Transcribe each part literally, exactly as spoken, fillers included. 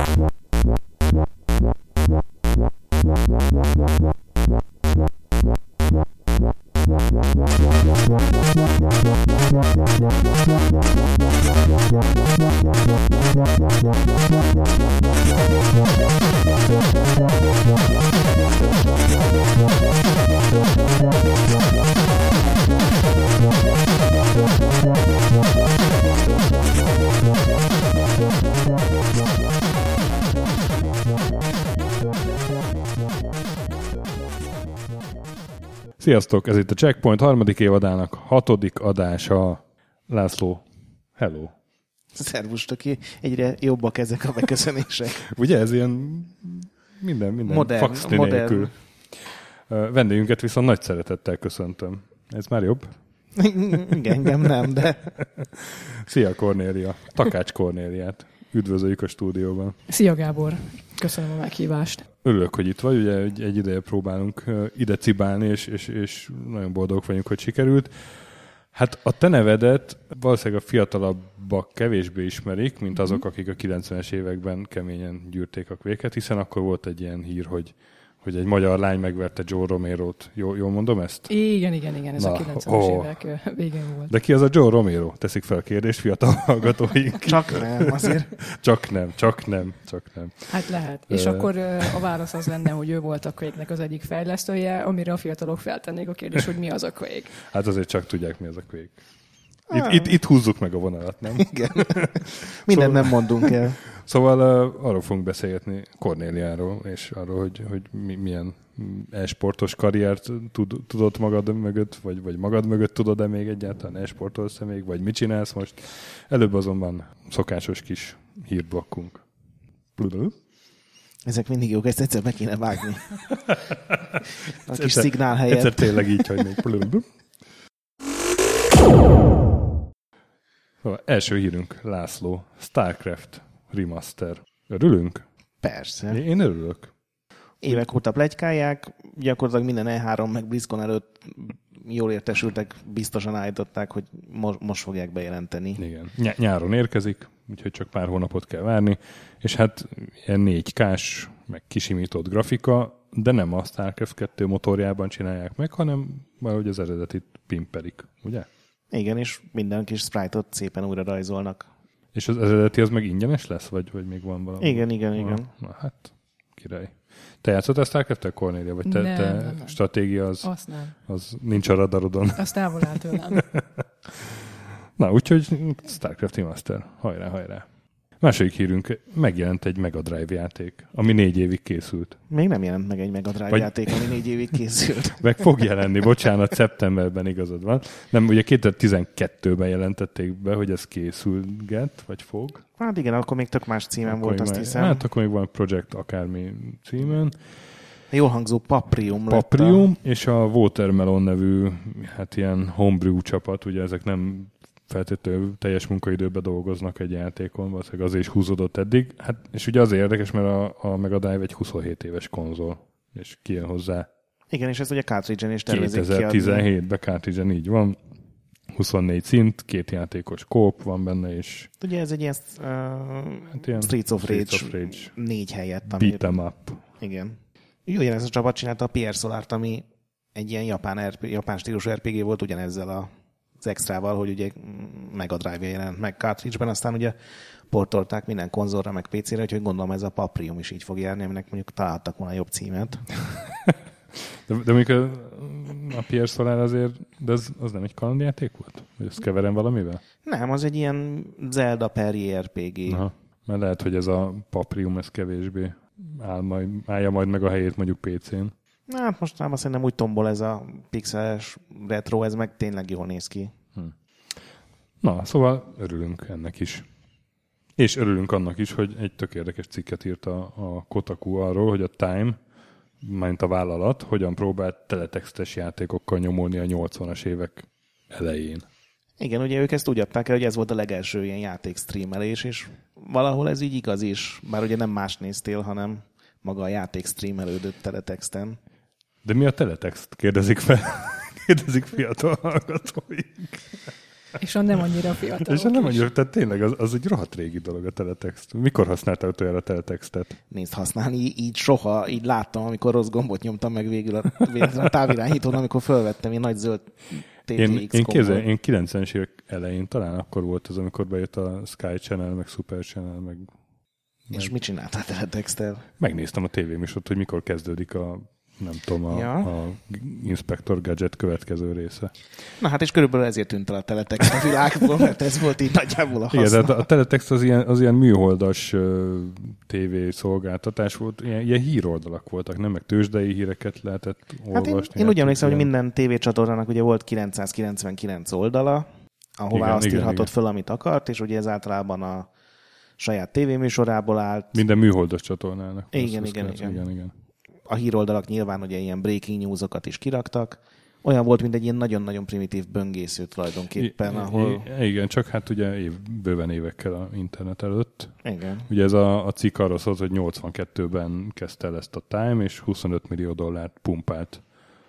Sziasztok, ez itt a Checkpoint harmadik évadának hatodik adása. László, hello. Szervustok, egyre jobbak ezek a beköszönések. Ugye ez ilyen minden, minden modern, faxni nélkül. Vendégünket viszont nagy szeretettel köszöntöm. Ez már jobb? Igen, engem nem, de... Szia Kornélia, Takács Kornéliát. Üdvözöljük a stúdióban. Szia Gábor, köszönöm a meghívást. Örülök, hogy itt vagy, ugye egy, egy ideje próbálunk ide cibálni, és, és, és nagyon boldogok vagyunk, hogy sikerült. Hát a te nevedet valószínűleg a fiatalabbak kevésbé ismerik, mint azok, akik a kilencvenes években keményen gyűrték a Quake-et, hiszen akkor volt egy ilyen hír, hogy hogy egy magyar lány megverte Joe Romero-t. Jól, jól mondom ezt? Igen, igen, igen. Ez Na, a kilencvenes oh. évek végén volt. De ki az a Joe Romero? Teszik fel a kérdést, fiatal hallgatóink. Csak nem, azért. Csak nem, csak nem, csak nem. Hát lehet. És uh, akkor a válasz az lenne, hogy ő volt a Quake-nek az egyik fejlesztője, amire a fiatalok feltennék a kérdést, hogy mi az a Quake. Hát azért csak tudják, mi az a Quake. Itt, ah. itt, itt húzzuk meg a vonalat, nem? Igen. Mindent szóval, nem mondunk el. Szóval uh, arról fogunk beszélgetni Kornéliáról, és arról, hogy, hogy mi, milyen e-sportos karriert tud, tudott magad mögött, vagy, vagy magad mögött tudod-e még egyáltalán e-sportolsz-e még, vagy mit csinálsz most. Előbb azonban szokásos kis hírblokkunk. Ezek mindig jók, ezt egyszer meg kéne vágni. A kis egyszer, szignál helyett. Egyszer tényleg így, hogy még... Szóval, első hírünk, László, StarCraft Remaster. Örülünk? Persze. Én örülök. Évek óta pletykálják, gyakorlatilag minden E három meg BlizzCon előtt jól értesültek, biztosan állították, hogy most, most fogják bejelenteni. Igen. Ny- nyáron érkezik, úgyhogy csak pár hónapot kell várni, és hát ilyen négy kás, meg kisimított grafika, de nem a StarCraft kettő motorjában csinálják meg, hanem valahogy az eredetit pimpelik, ugye? Igen, és minden kis sprite-ot szépen újra rajzolnak. És az eredeti az meg ingyenes lesz, vagy, vagy még van valami? Igen, igen, na, igen. Na hát, király. Te játszottál StarCraft-tel, Kornélia? Vagy te, nem, te nem, nem. stratégia az, Azt nem. az nincs a radarodon? Azt távol áll tőlem. Na, úgyhogy StarCraft Remaster. Hajrá, hajrá. Második hírünk, megjelent egy Mega Drive játék, ami négy évig készült. Még nem jelent meg egy Mega Drive Vagy... játék, ami négy évig készült. Meg fog jelenni, bocsánat, szeptemberben igazad van. Nem, ugye kétezer-tizenkettőben jelentették be, hogy ez készülget, vagy fog. Hát igen, akkor még tök más címen akkor volt, azt már, hiszem. Hát akkor még van Project akármi címen. Jól hangzó Paprium. Paprium, a... és a Watermelon nevű, hát ilyen homebrew csapat, ugye ezek nem feltétlenül teljes munkaidőben dolgoznak egy játékon, valószínűleg azért is húzódott eddig. Hát, és ugye azért érdekes, mert a, a Mega Drive egy huszonhét éves konzol, és kijön hozzá. Igen, és ezt ugye cartridge-en is tervezik kiadni. kétezer-tizenhétben cartridge-en így van. huszonnégy szint, két játékos kóp van benne, és... Ugye ez egy ilyen, uh, hát ilyen Streets of Rage, of Rage négy helyett. Beat'em up. Igen. Jó, ez a csapat csinálta a Pierre Solart, ami egy ilyen japán, er pé gé, japán stílusú er pé gé volt ugyanezzel a az extrával, hogy ugye Mega Drive-ja jelent meg cartridge-ben, aztán ugye portolták minden konzolra, meg pé cére, úgyhogy gondolom ez a Paprium is így fog járni, aminek mondjuk találtak volna jobb címet. de, de mondjuk a, a Pierre Solar azért, de az, az nem egy kalandjáték volt? Vagy ezt keverem valamivel? Nem, az egy ilyen Zelda Perry er pé gé. Aha, mert lehet, hogy ez a Paprium, ez kevésbé áll majd, állja majd meg a helyét mondjuk pé cén. Na, hát mostanában szerintem úgy tombol ez a pixeles retro, ez meg tényleg jól néz ki. Hm. Na, szóval örülünk ennek is. És örülünk annak is, hogy egy tök érdekes cikket írt a, a Kotaku arról, hogy a Time, mint a vállalat, hogyan próbált teletextes játékokkal nyomulni a nyolcvanas évek elején. Igen, ugye ők ezt úgy adták el, hogy ez volt a legelső ilyen játék streamelés, és valahol ez így igaz is, bár ugye nem más néztél, hanem maga a játék streamelődött teletexten. De mi a teletext? Kérdezik fel. Kérdezik fiatal hallgatóink. És a nem annyira fiatal. És a nem annyira, tehát tényleg az, az egy rohadt régi dolog a teletext. Mikor használtál utoljára a teletextet? Nézd, használni így soha, így láttam, amikor rossz gombot nyomtam meg végül a, végül a távirányítón, amikor felvettem én nagy zöld té té iksz Én, én, kézzel, gombot. én kilencvenes évek elején talán akkor volt az, amikor bejött a Sky Channel, meg Super Channel, meg... És meg mit csináltál teletexttel? megnéztem a tévéműsort, hogy mikor kezdődik a nem tudom, a, Ja. a Inspector Gadget következő része. Na hát és körülbelül ezért tűnt el a teletext a világból, mert ez volt így nagyjából a Igen, haszna. tehát a teletext az ilyen, az ilyen műholdas uh, tévé szolgáltatás volt, ilyen, ilyen híroldalak voltak, nem? Meg tőzsdei híreket lehetett Hát én, olvasni. én úgy emlékszem, hogy ilyen... minden tévécsatornának ugye volt kilencszázkilencvenkilenc oldala, ahová Igen, azt igen, írhatott igen. föl, amit akart, és ugye ez általában a saját tévéműsorából állt. Minden műholdas csatornának. Igen, Azt- igen, azt igen. igen, igen. A híroldalak nyilván ugye ilyen breaking newsokat is kiraktak. Olyan volt, mint egy ilyen nagyon-nagyon primitív böngésző tulajdonképpen, I- ahol... I- igen, csak hát ugye év, bőven évekkel a internet előtt. Igen. Ugye ez a, a cikk arról szólt, hogy nyolcvankettőben kezdte el ezt a Time, és huszonöt millió dollárt pumpált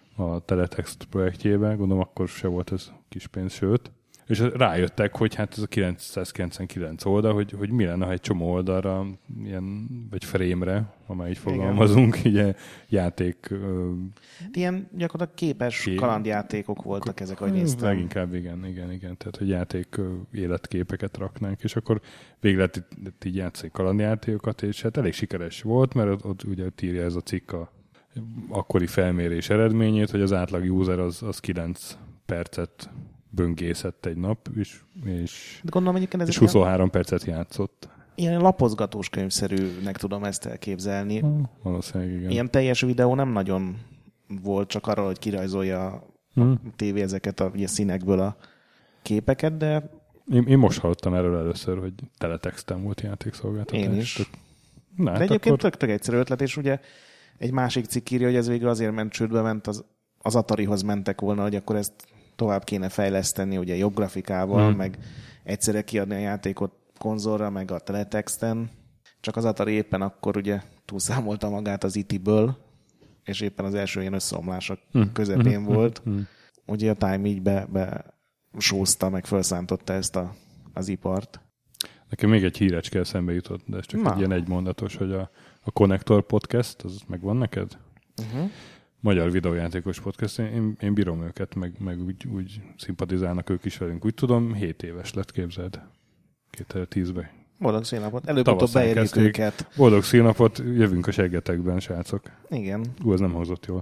a Teletext projektjébe. Gondolom, akkor se volt ez kis pénz, sőt. És rájöttek, hogy hát ez a kilencszázkilencvenkilenc oldal, hogy, hogy mi lenne, ha egy csomó oldalra, ilyen, vagy frame-re, ha már így fogalmazunk, ugye játék... ö, Ilyen gyakorlatilag képes Kép- kalandjátékok voltak ezek, ahogy néztem. Leginkább igen, igen, igen. Tehát, hogy játék ö, életképeket raknánk, és akkor végig lehet itt így játszani kalandjátékokat, és hát elég sikeres volt, mert ott, ott ugye ott írja ez a cikk a akkori felmérés eredményét, hogy az átlag user az, az kilenc percet böngészett egy nap, és, és, De gondolom egyébként ez és egy ilyen, huszonhárom percet játszott. ilyen lapozgatós könyvszerűnek tudom ezt elképzelni. Valószínűleg igen. Ilyen teljes videó nem nagyon volt, csak arról, hogy kirajzolja a Hmm. tévé ezeket a ilyen színekből a képeket, de Én, én most hallottam erről először, hogy teletexten volt játékszolgáltatás. én is. Tehát- Na, De hát egyébként akkor... tök, tök egyszerű ötlet, és ugye egy másik cikk írja, hogy ez végül azért ment csődbe, ment az, az Atarihoz mentek volna, hogy akkor ezt tovább kéne fejleszteni, ugye jobb grafikával, Hmm. meg egyszerre kiadni a játékot konzolra, meg a teletexten. Csak az Atari éppen akkor ugye túlszámolta magát az i té-ből, és éppen az első ilyen összeomlások Hmm. közepén Hmm. volt. Hmm. Ugye a Time így be, be sózta, meg felszántotta ezt a, az ipart. Nekem még egy hírecske eszembe jutott, de ez csak Na. egy ilyen egymondatos, hogy a, a Connector Podcast, az megvan neked? Uh-huh. Magyar videójátékos podcast, én, én bírom őket, meg, meg úgy, úgy szimpatizálnak ők is velünk. Úgy tudom, hét éves lett, képzeld. kétezer-tízben. Boldog színapot. Előbb-utóbb Tavaszán beérjük kezdték. őket. Boldog színapot, jövünk a seggetekben, srácok. Igen. Ú, ez nem hozott jól.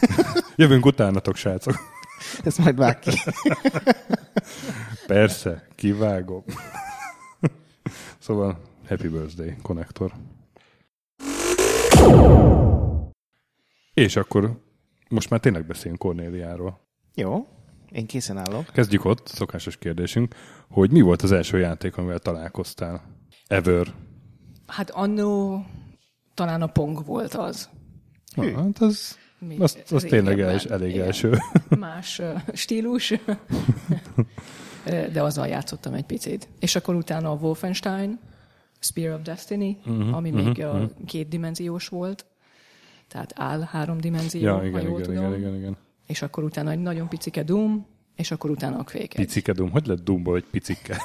Jövünk utánatok, srácok. Ezt majd vág ki. Persze, kivágom. Szóval happy birthday, Connector. És akkor most már tényleg beszéljünk Cornéliáról. Jó, én készen állok. Kezdjük ott, szokásos kérdésünk, hogy mi volt az első játék, amivel találkoztál? Ever. Hát annó talán a Pong volt az. Na, hát az, Mi az, az tényleg régebben. els, elég Igen. első. Más uh, stílus, de azzal játszottam egy picit. És akkor utána a Wolfenstein, Spear of Destiny, Uh-huh, ami uh-huh, még uh, uh-huh. kétdimenziós volt, tehát áll három dimenzió, Ja, ha igen, jól igen, tudom. igen, igen, igen. És akkor utána egy nagyon picike Doom, és akkor utána a Quake egy. Picike Doom. Hogy lett Doomból egy picike?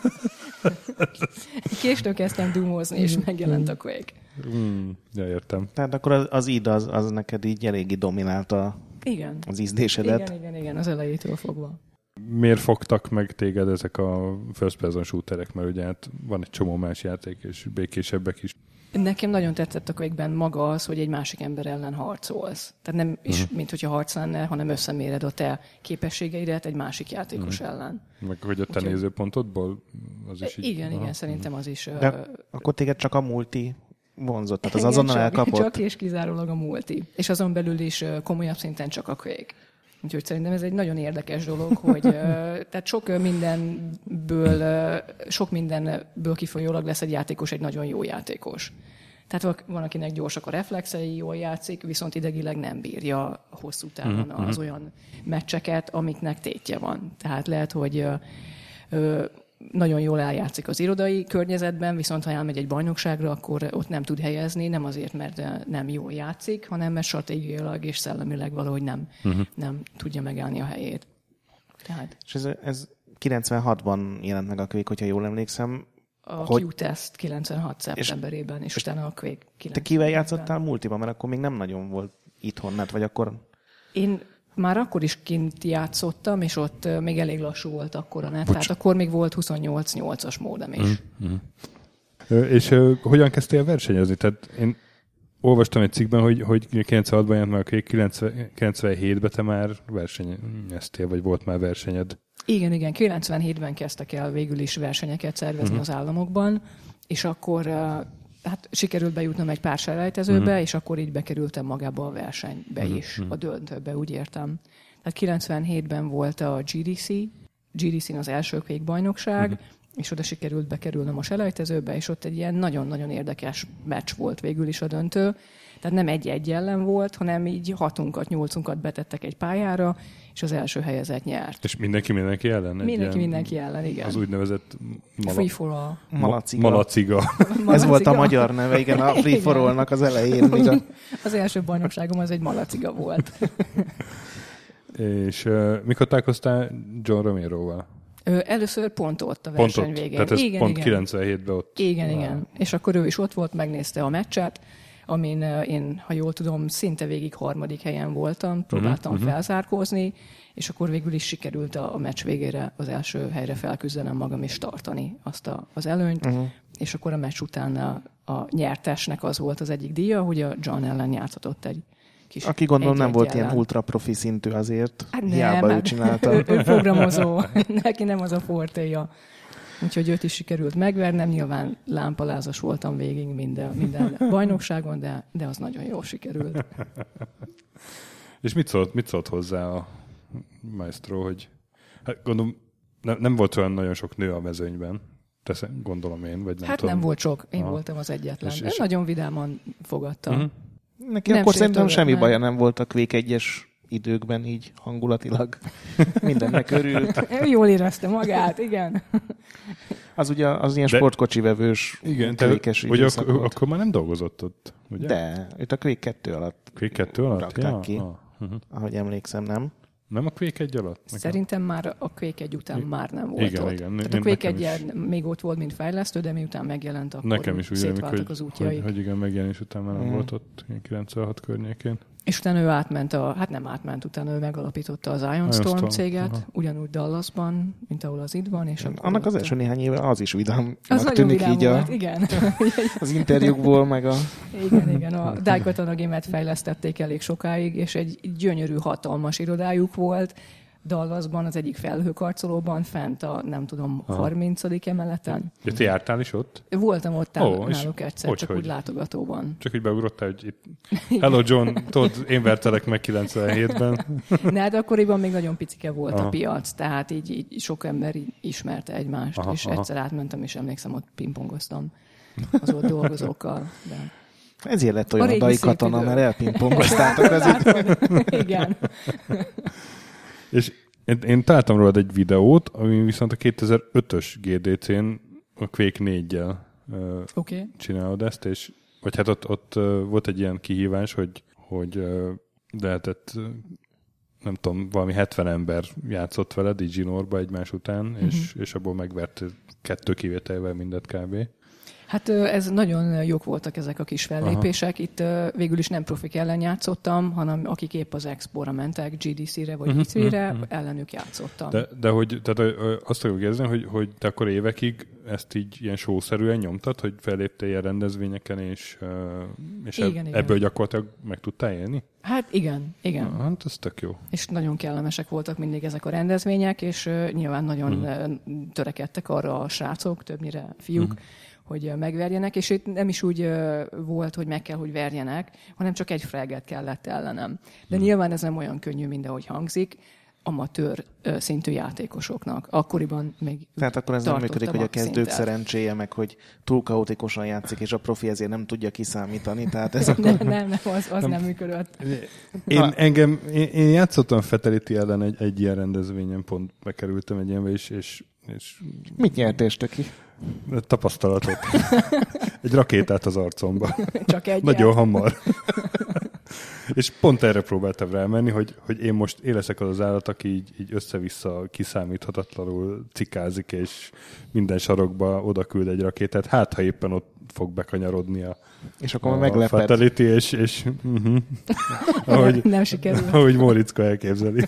Később kezdtem Doomozni, és megjelent a Quake. Mm, ja, értem. Tehát akkor az, az id az, az neked így eléggé dominálta Igen. az ízlésedet. Igen, igen, igen, az elejétől fogva. Miért fogtak meg téged ezek a first person shooterek? Mert ugye hát van egy csomó más játék, és békésebbek is. Nekem nagyon tetszett a Quake-ben maga az, hogy egy másik ember ellen harcolsz. Tehát nem is, Uh-huh. mint hogyha harc lenne, hanem összeméred a te képességeidet egy másik játékos Mhm. ellen. Meg hogy a te Úgyhogy- nézőpontodból az is így... Igen, Aha. igen, szerintem az is. De ö, akkor téged csak a multi vonzott, tehát az igen, azonnal csak, elkapott. Csak és kizárólag a multi. És azon belül is ö, komolyabb szinten csak a Quake. Úgyhogy szerintem ez egy nagyon érdekes dolog, hogy ö, tehát sok ö, mindenből, ö, sok mindenből kifolyólag lesz egy játékos egy nagyon jó játékos. Tehát van, akinek gyorsak a reflexei, jól játszik, viszont idegileg nem bírja hosszú távon Mhm, az mhm. olyan meccseket, amiknek tétje van. Tehát lehet, hogy ö, ö, nagyon jól eljátszik az irodai környezetben, viszont ha elmegy egy bajnokságra, akkor ott nem tud helyezni, nem azért, mert nem jól játszik, hanem mert stratégiailag és szellemileg valahogy nem, Uh-huh. nem tudja megállni a helyét. Tehát És ez, ez kilencvenhatban jelent meg a Quake, hogyha jól emlékszem. A hogy... Q-Test kilencvenhat szeptemberében, és, és utána a Quake kilencvenhatban. Te kivel játszottál multiban? Mert akkor még nem nagyon volt itthon net, vagy akkor... Én már akkor is kint játszottam, és ott még elég lassú volt akkor a net, tehát akkor még volt huszonnyolc nyolcas módem is. Mm-hmm. És uh, hogyan kezdtél versenyezni? Tehát én olvastam egy cikkben, hogy, hogy kilencvenhatban jelent meg a Quake, kilencvenhétben te már versenyeztél, vagy volt már versenyed. Igen, igen. kilencvenhétben kezdtek el végül is versenyeket szervezni uh-huh. az államokban, és akkor hát sikerült bejutnom egy pár selejtezőbe, uh-huh. és akkor így bekerültem magába a versenybe uh-huh. is, a döntőbe, úgy értem. Tehát kilencvenhétben volt a gé dé cé, gé dé cén az első Quake bajnokság, uh-huh. és oda sikerült bekerülnöm a selejtezőbe, és ott egy ilyen nagyon-nagyon érdekes meccs volt végül is a döntő. Tehát nem egy-egy ellen volt, hanem így hatunkat, nyolcunkat betettek egy pályára, és az első helyezett nyert. És mindenki mindenki ellen? Mindenki mindenki ellen, igen. Az úgynevezett mala... Free for all. Malaciga. Malaciga. Malaciga. Ez volt a magyar neve, igen, a Free for all-nak az elején. Még a... Az első bajnokságom az egy malaciga volt. És uh, mikor találkoztál John Romero-val? Először pont ott a verseny pont ott. végén. Tehát ez igen, pont igen. kilencvenhétben ott. Igen, wow. igen. És akkor ő is ott volt, megnézte a meccset, amin én, ha jól tudom, szinte végig harmadik helyen voltam, próbáltam uh-huh, felzárkózni, és akkor végül is sikerült a, a meccs végére az első helyre felküzdenem magam és tartani azt a, az előnyt, uh-huh. és akkor a meccs után a, a nyertesnek az volt az egyik díja, hogy a John ellen játszhatott egy kis Aki gondolom nem volt ellen. ilyen ultra profi szintű azért, hát hiába nem, ő csinálta. ő, ő programozó, neki nem az a fortéja. Úgyhogy őt is sikerült megvernem, nyilván lámpalázas voltam végig minden, minden bajnokságon, de, de az nagyon jól sikerült. És mit szólt, mit szólt hozzá a Maestro, hogy hát gondolom ne, nem volt olyan nagyon sok nő a mezőnyben, teszem, gondolom én, vagy nem Hát tudom. nem volt sok, én Aha. voltam az egyetlen. És, és és... nagyon vidáman fogadta. Uh-huh. Neki nem akkor szerintem semmi nem. baja nem volt a Quake egyes időkben így hangulatilag. Mindennek örült. Jól érezte magát, igen. Az ugye az ilyen de, sportkocsi vevős igen, Quake-es hogy ak- akkor már nem dolgozott ott, ugye? De, itt a Quake kettő alatt Quake kettő alatt? rakták Ja, ki, ah, uh-huh. ahogy emlékszem, nem? Nem a Quake egy alatt? Nekem. Szerintem már a Quake egy után I- már nem volt igen, ott. Igen, Tehát a Quake egy még ott volt, mint fejlesztő, de miután megjelent, akkor nekem is szétváltak úgy, az útjaik. Hogy, hogy igen, megjelenés után már nem mm. volt ott, kilencvenhat környékén. És utána ő átment, a, hát nem átment, utána ő megalapította az Ion Storm, Storm céget, aha. ugyanúgy Dallasban, mint ahol az itt van. És annak az első néhány éve az is vidám. Az nagyon vidám így volt, a, igen. az interjúkból, meg a... Igen, igen. A Daikatana Game-et fejlesztették elég sokáig, és egy gyönyörű, hatalmas irodájuk volt. Dallasban, az egyik felhőkarcolóban, fent a, nem tudom, aha. harmincadik emeleten. De te jártál is ott? Voltam ott oh, náluk egyszer, hogy, csak hogy? úgy látogatóban. Csak úgy beugrottál, hogy itt... Hello John, tudod, én vertelek meg kilencvenhétben. Ne, de akkoriban még nagyon picike volt aha. a piac, tehát így, így sok ember így ismerte egymást, aha, és aha. egyszer átmentem, és emlékszem, ott pingpongoztam az ott dolgozókkal. De... Ezért lett olyan a Daikatana, mert elpingpongoztátok az így. Igen. És én, én találtam rólad egy videót, ami viszont a kétezer-ötös gé dé cén a Quake néggyel uh, okay. csinálod ezt, és vagy hát ott, ott uh, volt egy ilyen kihívás, hogy, hogy uh, lehetett, uh, nem tudom, valami hetven ember játszott veled Diginorba egymás után, uh-huh. és, és abból megvert kettő kivételvel mindet kb. Hát ez nagyon jók voltak ezek a kis fellépések. Itt végül is nem profik ellen játszottam, hanem akik épp az Expo-ra mentek, gé dé cé-re vagy uh-huh, í cé-re, uh-huh. ellenük játszottam. De, de hogy, tehát azt akarok kérdezni, hogy, hogy te akkor évekig ezt így ilyen show-szerűen nyomtad, hogy felléptél ilyen rendezvényeken, és, és igen, ebből igen. gyakorlatilag meg tudtál élni? Hát igen, igen. Ah, hát ez tök jó. És nagyon kellemesek voltak mindig ezek a rendezvények, és nyilván nagyon uh-huh. törekedtek arra a srácok, többnyire fiúk, uh-huh. hogy megverjenek, és itt nem is úgy volt, hogy meg kell, hogy verjenek, hanem csak egy fraget kellett ellenem. De hmm. nyilván ez nem olyan könnyű, mint ahogy hangzik, amatőr szintű játékosoknak. Akkoriban még tehát akkor ez nem működik, hogy a kezdők szerencséje, meg hogy túl kaotikusan játszik, és a profi ezért nem tudja kiszámítani. Tehát ez akkor... nem, nem, nem, az, az nem, nem működött. Én, engem, én, én játszottam Fatality ellen egy, egy ilyen rendezvényen, pont bekerültem egy ilyenbe is, és, és... Mit nyertél, Stöki? Tapasztalatot. Egy rakétát az arcomba. Csak egy. Nagyon hamar. És pont erre próbáltam rámenni, hogy, hogy én most én leszek az az állat, aki így, így össze-vissza kiszámíthatatlanul cikázik, és minden sarokba oda küld egy rakétát. Hát, ha éppen ott fog bekanyarodni a, és akkor a meglepett. fatality, és, és uh-huh. ahogy, nem sikerül. Ahogy Móriczka elképzeli.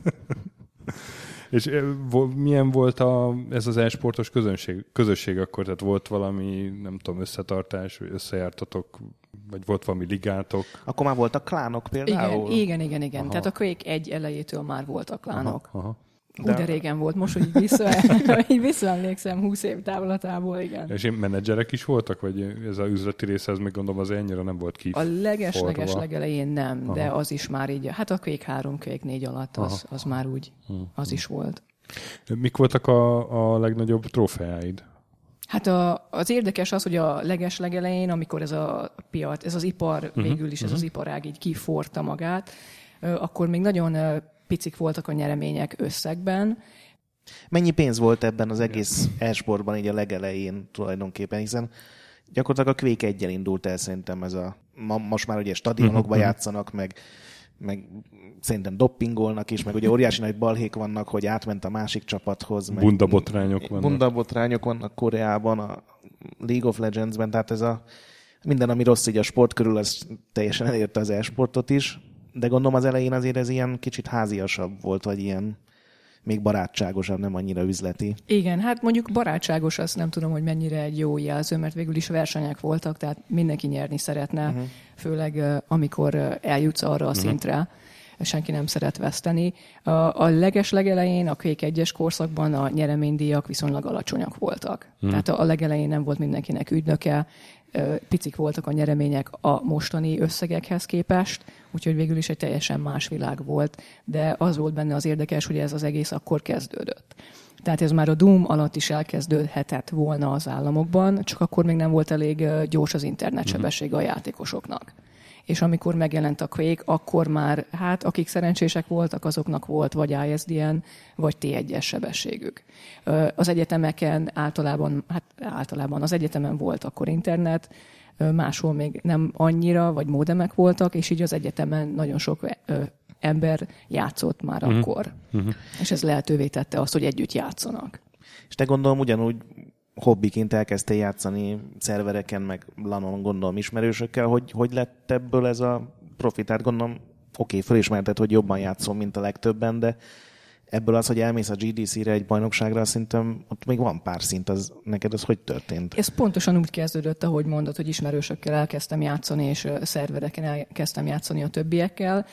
És milyen volt a, ez az e-sportos közönség, közösség akkor? Tehát volt valami, nem tudom, összetartás, vagy összejártatok, vagy volt valami ligátok? Akkor már voltak klánok például? Igen, igen, igen. igen. Tehát a Quake egy elejétől már voltak klánok. Aha, aha. De... de régen volt, most, hogy így, vissza, így visszaemlékszem húsz év távlatából, igen. És én menedzserek is voltak, vagy ez az üzleti része, ez még gondolom az ennyire nem volt ki. A leges-leges legelején nem, Aha. de az is már így, hát a Quake három, Quake négy alatt az, az már úgy, az is volt. Mik voltak a, a legnagyobb trófeáid? Hát a, az érdekes az, hogy a leges legelején, amikor ez a piac, ez az ipar, uh-huh, végül is ez uh-huh. az iparág így kiforta magát, akkor még nagyon picik voltak a nyeremények összegben. Mennyi pénz volt ebben az egész e-sportban így a legelején tulajdonképpen, hiszen gyakorlatilag a Quake eggyel indult el szerintem ez a... Ma, most már ugye stadionokba játszanak, meg, meg szerintem doppingolnak is, meg ugye óriási nagy balhék vannak, hogy átment a másik csapathoz. Meg bundabotrányok vannak. Bundabotrányok vannak Koreában, a League of Legendsben, tehát ez a minden, ami rossz így a sport körül, az teljesen elérte az e-sportot is. De gondolom az elején azért ez ilyen kicsit háziasabb volt, vagy ilyen még barátságosabb, nem annyira üzleti. Igen, hát mondjuk barátságos, azt nem tudom, hogy mennyire egy jó jelző, mert végül is versenyek voltak, tehát mindenki nyerni szeretne, uh-huh. főleg amikor eljutsz arra a szintre, uh-huh. senki nem szeret veszteni. A, a leges legelején, a Quake egyes korszakban a nyereménydíjak viszonylag alacsonyak voltak. Uh-huh. Tehát a, a legelején nem volt mindenkinek ügynöke, picik voltak a nyeremények a mostani összegekhez képest, úgyhogy végül is egy teljesen más világ volt, de az volt benne az érdekes, hogy ez az egész akkor kezdődött. Tehát ez már a Doom alatt is elkezdődhetett volna az államokban, csak akkor még nem volt elég gyors az internetsebesség a játékosoknak. És amikor megjelent a Quake, akkor már, hát akik szerencsések voltak, azoknak volt vagy I S D N, vagy T egyes sebességük. Az egyetemeken általában, hát általában az egyetemen volt akkor internet, máshol még nem annyira, vagy módemek voltak, és így az egyetemen nagyon sok ember játszott már uh-huh. akkor. Uh-huh. És ez lehetővé tette azt, hogy együtt játszanak. És te gondolom ugyanúgy hobbiként elkezdtél játszani szervereken, meg lanon gondolom ismerősökkel, hogy hogy lett ebből ez a profit? Tehát gondolom, oké, okay, felismerted, hogy jobban játszom, mint a legtöbben, de ebből az, hogy elmész a G D C-re egy bajnokságra, szerintem ott még van pár szint, az, neked az hogy történt? Ez pontosan úgy kezdődött, ahogy mondod, hogy ismerősökkel elkezdtem játszani, és szervereken elkezdtem játszani a többiekkel.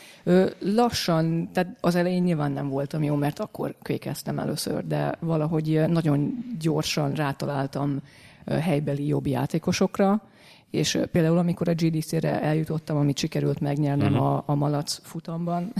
Lassan, tehát az elején nyilván nem voltam jó, mert akkor kvékeztem először, de valahogy nagyon gyorsan rátaláltam helybeli jobb játékosokra, és például amikor a G D C-re eljutottam, amit sikerült megnyernem uh-huh. a, a malac futamban,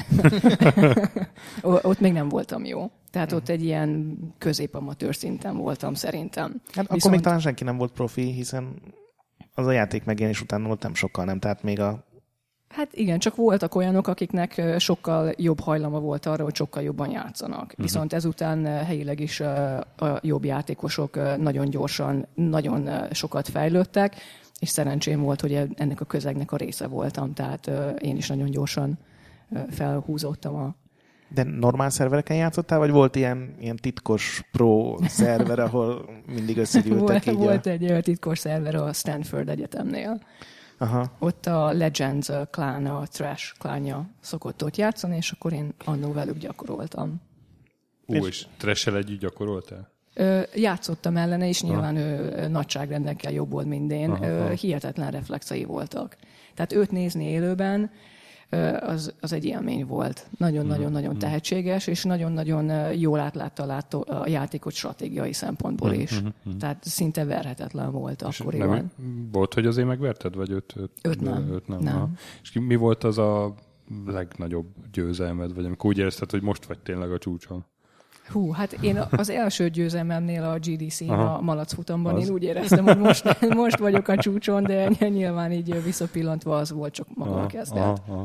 ott még nem voltam jó. Tehát uh-huh. ott egy ilyen középamatőr szinten voltam szerintem. Hát Viszont... akkor még talán senki nem volt profi, hiszen az a játék megjelenés után volt nem sokkal, nem? Tehát még a... Hát igen, csak voltak olyanok, akiknek sokkal jobb hajlama volt arra, hogy sokkal jobban játszanak. Uh-huh. Viszont ezután helyileg is a jobb játékosok nagyon gyorsan, nagyon sokat fejlődtek, és szerencsém volt, hogy ennek a közegnek a része voltam, tehát én is nagyon gyorsan felhúzódtam a... De normál szervereken játszottál, vagy volt ilyen, ilyen titkos pro szerver, ahol mindig összegyűltek volt, így? Volt a... egy titkos szerver a Stanford Egyetemnél. Aha. Ott a Legends klán, a Trash klánja szokott ott játszani, és akkor én annó velük gyakoroltam. Ó, és, és Trash-el együtt gyakoroltál? Ö, játszottam ellene, és nyilván ő nagyságrendekkel jobb volt, mint én. Aha, aha. Hihetetlen reflexei voltak. Tehát őt nézni élőben, az, az egy élmény volt. Nagyon-nagyon-nagyon mm. tehetséges, és nagyon-nagyon jól átlátta a, a játékot stratégiai szempontból is. Mm-hmm. Tehát szinte verhetetlen volt és akkoriban. Nem, volt, hogy azért megverted, vagy őt? Őt, őt nem. Őt nem. nem. És mi volt az a legnagyobb győzelmed, vagy amikor úgy érezted, hogy most vagy tényleg a csúcson? Hú, hát én az első győzelmemnél a G D C-n a malacfutamban az... én úgy éreztem, hogy most, most vagyok a csúcson, de nyilván így visszapillantva az volt csak maga aha, a kezdet. Aha, aha.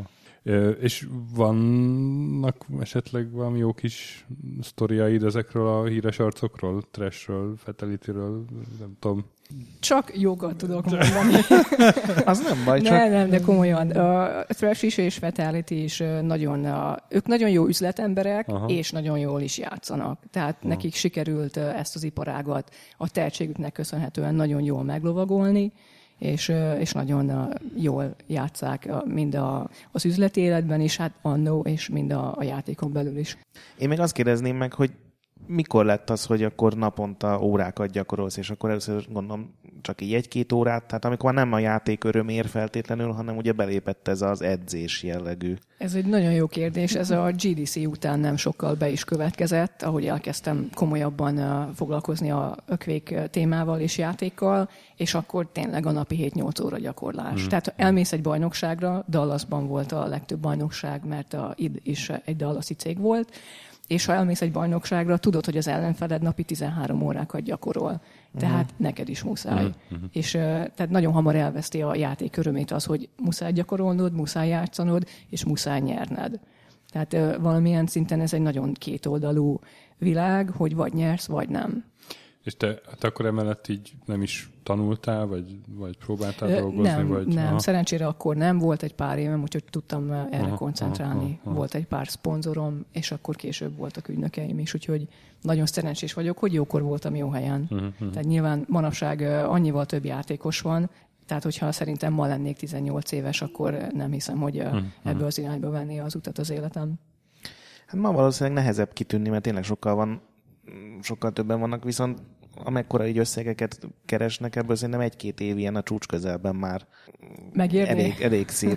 És vannak esetleg valami jó kis sztoriaid ezekről a híres arcokról? Trashről, Fatalityről, nem tudom. Csak jogot tudok mondani. Az nem baj, csak... Nem, nem, de komolyan. A Trash is és Fatality is nagyon, ők nagyon jó üzletemberek, aha, és nagyon jól is játszanak. Tehát aha, nekik sikerült ezt az iparágat a tehetségüknek köszönhetően nagyon jól meglovagolni, és, és nagyon jól játsszák mind a, az üzleti életben is, hát annó, és mind a, a játékon belül is. Én még azt kérdezném meg, hogy mikor lett az, hogy akkor naponta órákat gyakorolsz, és akkor először gondolom csak így egy-két órát, tehát amikor nem a játék örömér feltétlenül, hanem ugye belépett ez az edzés jellegű. Ez egy nagyon jó kérdés. Ez a gé dé cé után nem sokkal be is következett, ahogy elkezdtem komolyabban foglalkozni a Quake témával és játékkal, és akkor tényleg a napi hét-nyolc óra gyakorlás. Mm. Tehát elmész egy bajnokságra, Dallasban volt a legtöbb bajnokság, mert a I D is egy dallasi cég volt, és ha elmész egy bajnokságra, tudod, hogy az ellenfeled napi tizenhárom órákat gyakorol. Tehát uh-huh. neked is muszáj. Uh-huh. És uh, tehát nagyon hamar elveszti a játék örömét az, hogy muszáj gyakorolnod, muszáj játszanod, és muszáj nyerned. Tehát uh, valamilyen szinten ez egy nagyon kétoldalú világ, hogy vagy nyersz, vagy nem. És te hát akkor emellett így nem is tanultál, vagy, vagy próbáltál Ö, dolgozni? Nem, vagy... nem. Aha. Szerencsére akkor nem. Volt egy pár évem, úgyhogy tudtam erre aha, koncentrálni. Aha, aha. Volt egy pár szponzorom, és akkor később voltak ügynökeim is, úgyhogy nagyon szerencsés vagyok, hogy jókor voltam jó helyen. Uh-huh. Tehát nyilván manapság annyival több játékos van, tehát hogyha szerintem ma lennék tizennyolc éves, akkor nem hiszem, hogy uh-huh. ebből az irányba venné az utat az életem. Hát ma valószínűleg nehezebb kitűnni, mert tényleg sokkal van, sokkal többen vannak, viszont amekkora így összegeket keresnek, ebből szerintem egy-két év ilyen a csúcs közelben már elég, elég szép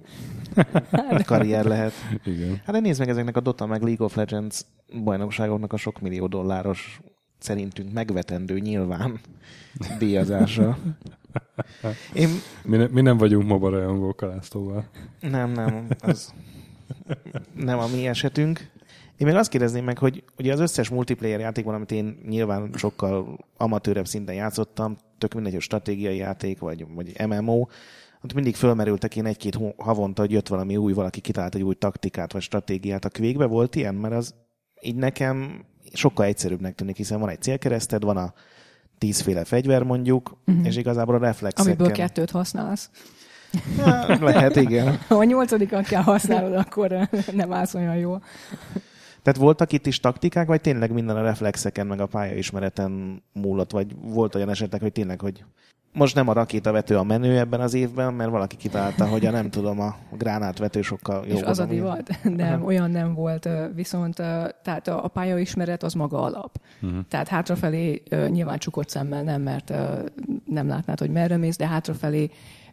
karrier lehet. Igen. Hát de nézd meg ezeknek a Dota meg League of Legends bajnokságoknak a sok millió dolláros, szerintünk megvetendő nyilván díjazása. Én... Mi, ne, mi nem vagyunk MOBA rajongók a Lászlóval. Nem, nem. Az nem a mi esetünk. Én még azt kérdezném meg, hogy ugye az összes multiplayer játékban, amit én nyilván sokkal amatőrebb szinten játszottam, tök mindegy, hogy stratégiai játék, vagy, vagy em em o, ott mindig fölmerültek én egy-két havonta, hogy jött valami új, valaki kitalált egy új taktikát, vagy stratégiát. A Quake-be volt ilyen? Mert az így nekem sokkal egyszerűbbnek tűnik, hiszen van egy célkereszted, van a tízféle fegyver mondjuk, uh-huh. és igazából a reflexeken... Amiből kettőt használsz. Ja, lehet, igen. Ha a nyolcadikat kell használod, akkor nem állsz olyan jól. Tehát voltak itt is taktikák, vagy tényleg minden a reflexeken, meg a pályaismereten múlott, vagy volt olyan esetek, hogy tényleg, hogy most nem a rakétavető a menő ebben az évben, mert valaki kitalálta, hogy a nem tudom, a gránátvető sokkal jobb. És az a divat? Nem, olyan nem volt. Viszont tehát a pályaismeret az maga alap. Uh-huh. Tehát hátrafelé nyilván csukott szemmel nem, mert nem látnád, hogy merre mész, de hátrafelé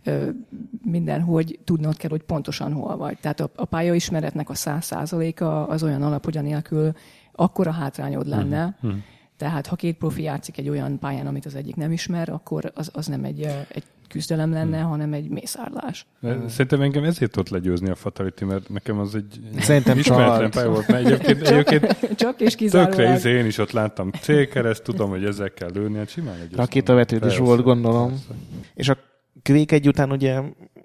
mindenhogy tudnod kell, hogy pontosan hol vagy. Tehát a, a pályaismeretnek a száz százaléka az olyan alap, hogy anélkül akkora hátrányod lenne. Uh-huh. Tehát ha két profi játszik egy olyan pályán, amit az egyik nem ismer, akkor az, az nem egy, egy küzdelem lenne, hmm. hanem egy mészárlás. Szerintem engem ezért tudott legyőzni a Fatality, mert nekem az egy Szerintem ismeretlen pálya volt. Mert egyébként, egyébként csak és kizárólag. Tökre izé, én is ott láttam célkereszt, tudom, hogy ezzel kell lőni, hát simán egy rakétavetőd is volt, gondolom. Persze. És a Quake egy után ugye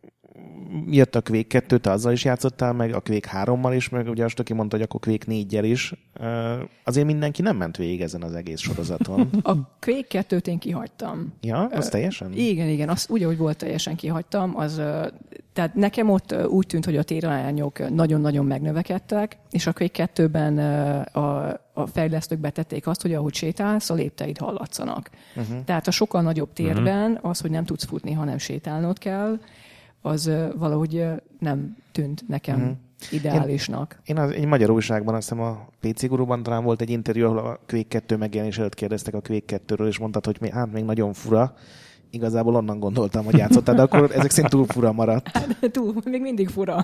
jött a Quake kettő, te azzal is játszottál, meg a Quake hárommal is, meg ugye azt aki mondta, hogy akkor Quake négyel is. Azért mindenki nem ment végig ezen az egész sorozaton. A Quake kettőt én kihagytam. Ja, az uh, teljesen? Igen, igen, azt úgy, ahogy volt, teljesen kihagytam. Az, uh, tehát nekem ott uh, úgy tűnt, hogy a térarányok nagyon-nagyon megnövekedtek, és a Quake kettőben uh, a, a fejlesztők betették azt, hogy ahogy sétálsz, a lépteid hallatszanak. Uh-huh. Tehát a sokkal nagyobb térben az, hogy nem tudsz futni, hanem sétálnod kell, az uh, valahogy uh, nem tűnt nekem uh-huh. ideálisnak. Én, én az, egy magyar újságban, azt hiszem a pé cé Guruban talán volt egy interjú, ahol a Quake kettő megjelenés előtt kérdeztek a Quake kettőről, és mondtad, hogy még, hát még nagyon fura. Igazából onnan gondoltam, hogy játszottál, de akkor ezek szerint túl fura maradt. Hát, túl, még mindig fura.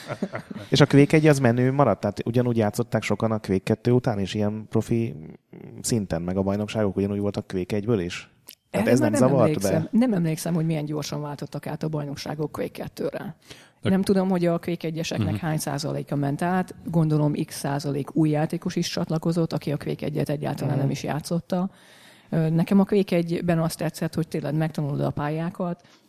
És a Quake egy az menő maradt? Tehát ugyanúgy játszották sokan a Quake kettő után, és ilyen profi szinten, meg a bajnokságok ugyanúgy voltak Quake egyből is? Tehát ez nem, nem zavart emlékszem, be? Nem emlékszem, hogy milyen gyorsan váltottak át a bajnokságok Quake kettőre. Nem tudom, hogy a Quake egyeseknek uh-huh. hány százaléka ment át. Gondolom x százalék új játékos is csatlakozott, aki a Quake egyet egyáltalán uh-huh. nem is játszotta. Nekem a Quake egyben azt tetszett, hogy tényleg megtanulod a pályákat,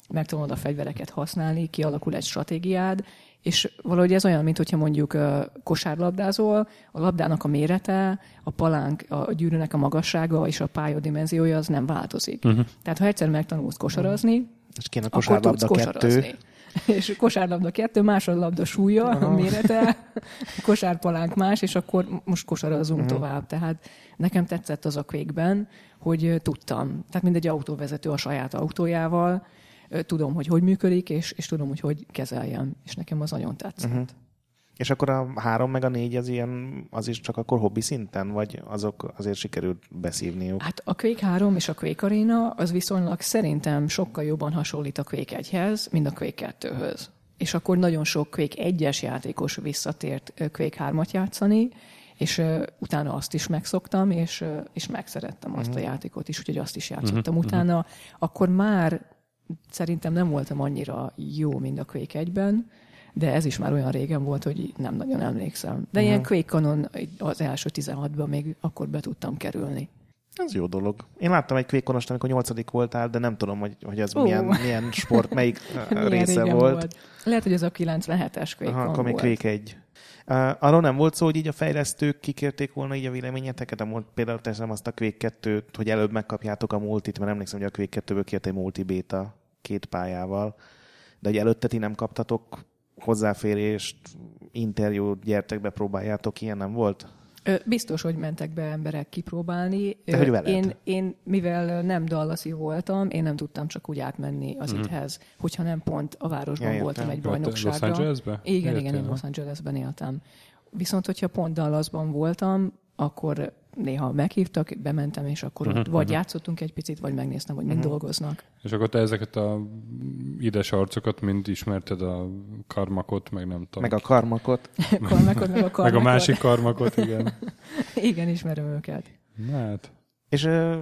megtanulod a fegyvereket használni, kialakul egy stratégiád, és valahogy ez olyan, mint hogyha mondjuk kosárlabdázol, a labdának a mérete, a palánk, a gyűrűnek a magassága és a pálya dimenziója az nem változik. Uh-huh. Tehát ha egyszer megtanulsz kosarazni, és kéne akkor tudsz kosarazni. És kosárlabda kettő, másodlabda súlya, a mérete, kosárpalánk más, és akkor most kosarazunk uh-huh. tovább. Tehát nekem tetszett az a Quake-ben, hogy tudtam. Tehát mindegy autóvezető a saját autójával, tudom, hogy hogy működik, és, és tudom, hogy hogy kezeljem. És nekem az nagyon tetszett. Uh-huh. És akkor a három meg a négy az ilyen, az is csak akkor hobbi szinten, vagy azok azért sikerült beszívniuk? Hát a Quake három és a Quake Arena az viszonylag szerintem sokkal jobban hasonlít a Quake egyhez, mint a Quake kettőhöz. És akkor nagyon sok Quake egyes játékos visszatért Quake hármat játszani, és uh, utána azt is megszoktam, és, uh, és megszerettem azt uh-huh. a játékot is, úgyhogy azt is játszottam. Uh-huh. Utána akkor már szerintem nem voltam annyira jó, mint a Quake egyben, de ez is már olyan régen volt, hogy nem nagyon emlékszem. De uh-huh. ilyen Quake Canon az első tizenhatban még akkor be tudtam kerülni. Ez jó dolog. Én láttam egy Quake Canost, amikor nyolcadik voltál, de nem tudom, hogy, hogy ez uh. milyen, milyen sport, melyik része volt. volt. Lehet, hogy ez a kilencvenhetes Quake Canon akkor még Quake egy. Uh, arról nem volt szó, hogy így a fejlesztők kikérték volna így a véleményeteket, de például teszem azt a Quake kettőt, hogy előbb megkapjátok a multit, mert emlékszem, hogy a Quake kettőből kért egy multibéta két pályával, de hogy előtte ti nem kaptatok hozzáférést, interjút, gyertek be, próbáljátok, ilyen nem volt? Biztos, hogy mentek be emberek kipróbálni. De hogy veled? Én, én, mivel nem dallasi voltam, én nem tudtam csak úgy átmenni az mm. itthez, hogyha nem pont a városban ja, voltam egy bajnokságra. Los Angelesben? Igen, Értem. igen, én Los Angelesben éltem. Viszont, hogyha pont Dallasban voltam, akkor néha meghívtak, bementem, és akkor uh-huh, vagy uh-huh. játszottunk egy picit, vagy megnéztem, hogy uh-huh. mind dolgoznak. És akkor te ezeket a ides arcokat mind ismerted, a Karmakot, meg nem tudom. Meg a Karmakot. Karmakot, meg a Karmakot. Meg a másik Karmakot, igen. Igen, ismerem őket. Hát. És uh,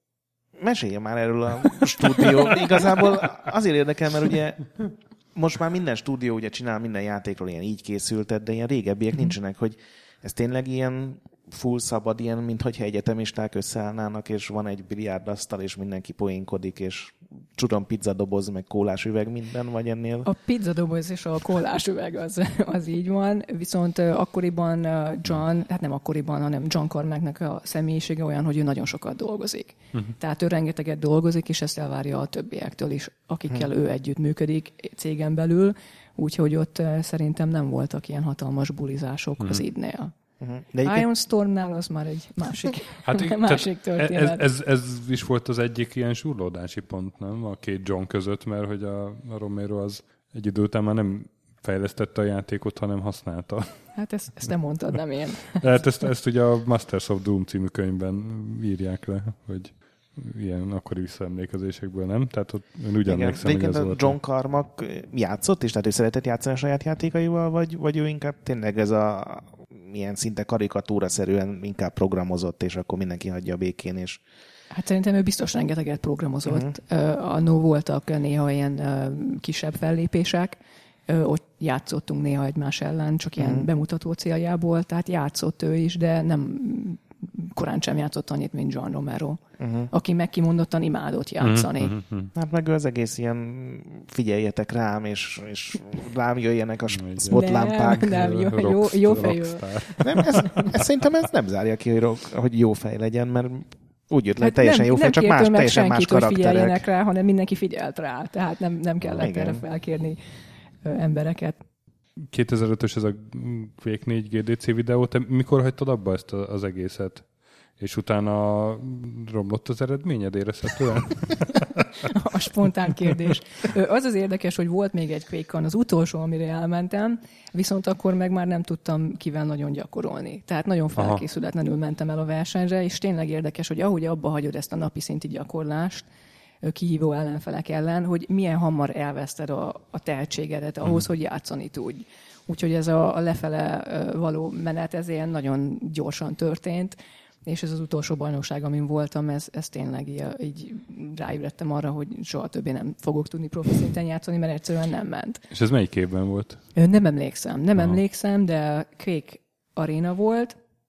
mesélj már erről a stúdió. Igazából azért érdekel, mert ugye most már minden stúdió ugye csinál minden játékról ilyen így készültet, de ilyen régebbiek uh-huh. nincsenek, hogy ez tényleg ilyen full szabad, ilyen, minthogyha egyetemisták összeállnának, és van egy biliárdasztal, és mindenki poénkodik, és tudom, pizzadoboz, meg kólás üveg, minden, vagy ennél? A pizzadoboz és a kólás üveg az, az így van, viszont akkoriban John, hát nem akkoriban, hanem John Carmacknak a személyisége olyan, hogy ő nagyon sokat dolgozik. Uh-huh. Tehát ő rengeteget dolgozik, és ezt elvárja a többiektől is, akikkel uh-huh. ő együtt működik cégen belül, úgyhogy ott szerintem nem voltak ilyen hatalmas bulizások uh-huh. az idnél. Uh-huh. Ion Stormnál az már egy másik, hát, másik történet. Ez, ez, ez is volt az egyik ilyen surlódási pont, nem? A két John között, mert hogy a, a Romero az egy idő után már nem fejlesztette a játékot, hanem használta. Hát ezt, ezt nem mondtad, nem én. Hát ezt, ezt ugye a Masters of Doom című könyvben írják le, hogy ilyen akkori visszaemlékezésekből, nem? Tehát ott én úgy emlékszem, hogy ez a volt. John Carmack játszott, és tehát ő szeretett játszani a saját játékaival, vagy, vagy ő inkább tényleg ez a milyen szinte karikatúraszerűen inkább programozott, és akkor mindenki hagyja a békén, és... Hát szerintem ő biztos rengeteget programozott. Uh-huh. Annó voltak néha ilyen kisebb fellépések, ott játszottunk néha egymás ellen, csak ilyen uh-huh. bemutató céljából, tehát játszott ő is, de nem korán sem játszott annyit, mint John Romero, uh-huh. aki meg kimondottan imádott játszani. Uh-huh. Uh-huh. Hát meg az egész ilyen figyeljetek rám, és, és rám jöjjenek a spotlámpák. Nem, nem, jó, jó, jó fejű. Nem, ez, ez, szerintem ez nem zárja ki, hogy, hogy jó fej legyen, mert úgy jött le, hát teljesen nem, jó fej, csak más, teljesen más karakterek. Nem figyeljenek rá, hanem mindenki figyelt rá, tehát nem, nem kellett igen. erre felkérni embereket. kétezer-ötös ez a Quake négy gé dé cé videó, te mikor hagytad abba ezt az egészet? És utána romlott az eredményed, érezhetően? A spontán kérdés. Az az érdekes, hogy volt még egy Quake-on, az utolsó, amire elmentem, viszont akkor meg már nem tudtam kivel nagyon gyakorolni. Tehát nagyon felkészületlenül mentem el a versenyre, és tényleg érdekes, hogy ahogy abba hagyod ezt a napi szinti gyakorlást, kihívó ellenfelek ellen, hogy milyen hamar elveszted a, a tehetségedet ahhoz, hmm. hogy játszani tudj. Úgyhogy ez a, a lefele való menet, ez ilyen nagyon gyorsan történt, és ez az utolsó bajnokság, amin voltam, ez, ez tényleg így, így ráébredtem arra, hogy soha többé nem fogok tudni profi szinten játszani, mert egyszerűen nem ment. És ez melyik évben volt? Nem emlékszem, nem Aha. emlékszem, de Quake Arena volt,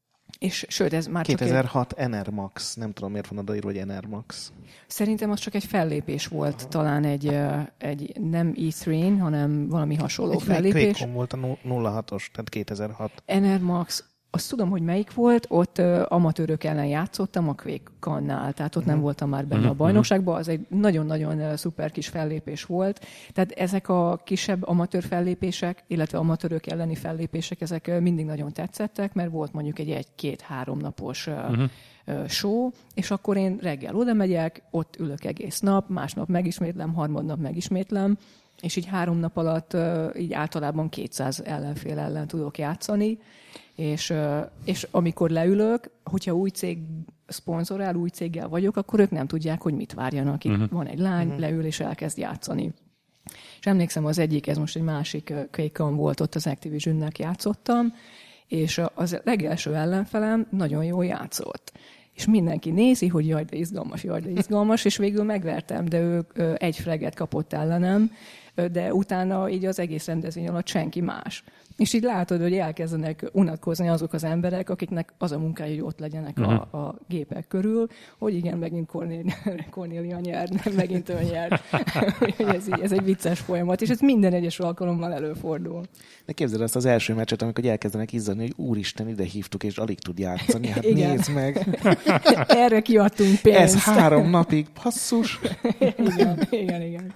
És sőt, ez már kétezer-hat csak egy... en er Max. Nem tudom, miért van odaírva, hogy en er Max. Szerintem az csak egy fellépés volt, aha. talán egy, egy nem E három, hanem valami hasonló egy fellépés. Egy Quake-on volt a nulla hatos, tehát kétezer-hat. en er Max, azt tudom, hogy melyik volt, ott uh, amatőrök ellen játszottam a Quake-kannál, tehát ott uh-huh. nem voltam már benne uh-huh. a bajnokságban, az egy nagyon-nagyon uh, szuper kis fellépés volt. Tehát ezek a kisebb amatőr fellépések, illetve amatőrök elleni fellépések, ezek uh, mindig nagyon tetszettek, mert volt mondjuk egy egy-két-három napos uh, uh-huh. uh, show, és akkor én reggel oda megyek, ott ülök egész nap, másnap megismétlem, harmadnap megismétlem, és így három nap alatt uh, így általában kétszáz ellenfél ellen tudok játszani, és, és amikor leülök, hogyha új cég szponzorál, új céggel vagyok, akkor ők nem tudják, hogy mit várjanak. Itt uh-huh. van egy lány, uh-huh. leül és elkezd játszani. És emlékszem, az egyik, ez most egy másik Quake-on volt, ott az Activision-nek játszottam, és az legelső ellenfelem nagyon jól játszott. És mindenki nézi, hogy jaj, de izgalmas, jaj, de izgalmas, és végül megvertem, de ő egy fraget kapott ellenem, de utána így az egész rendezvény alatt senki más. És így látod, hogy elkezdenek unatkozni azok az emberek, akiknek az a munkája, hogy ott legyenek uh-huh. a, a gépek körül, hogy igen, megint Cornélia nyert, megint ő nyert. ez, így, ez egy vicces folyamat, és ez minden egyes alkalommal előfordul. De képzeld azt az első meccset, amikor elkezdenek izzadni, hogy úristen, ide hívtuk, és alig tud játszani. Hát igen. Nézd meg! Erre kiadtunk pénzt. Ez három napig, passzus! igen, igen, igen.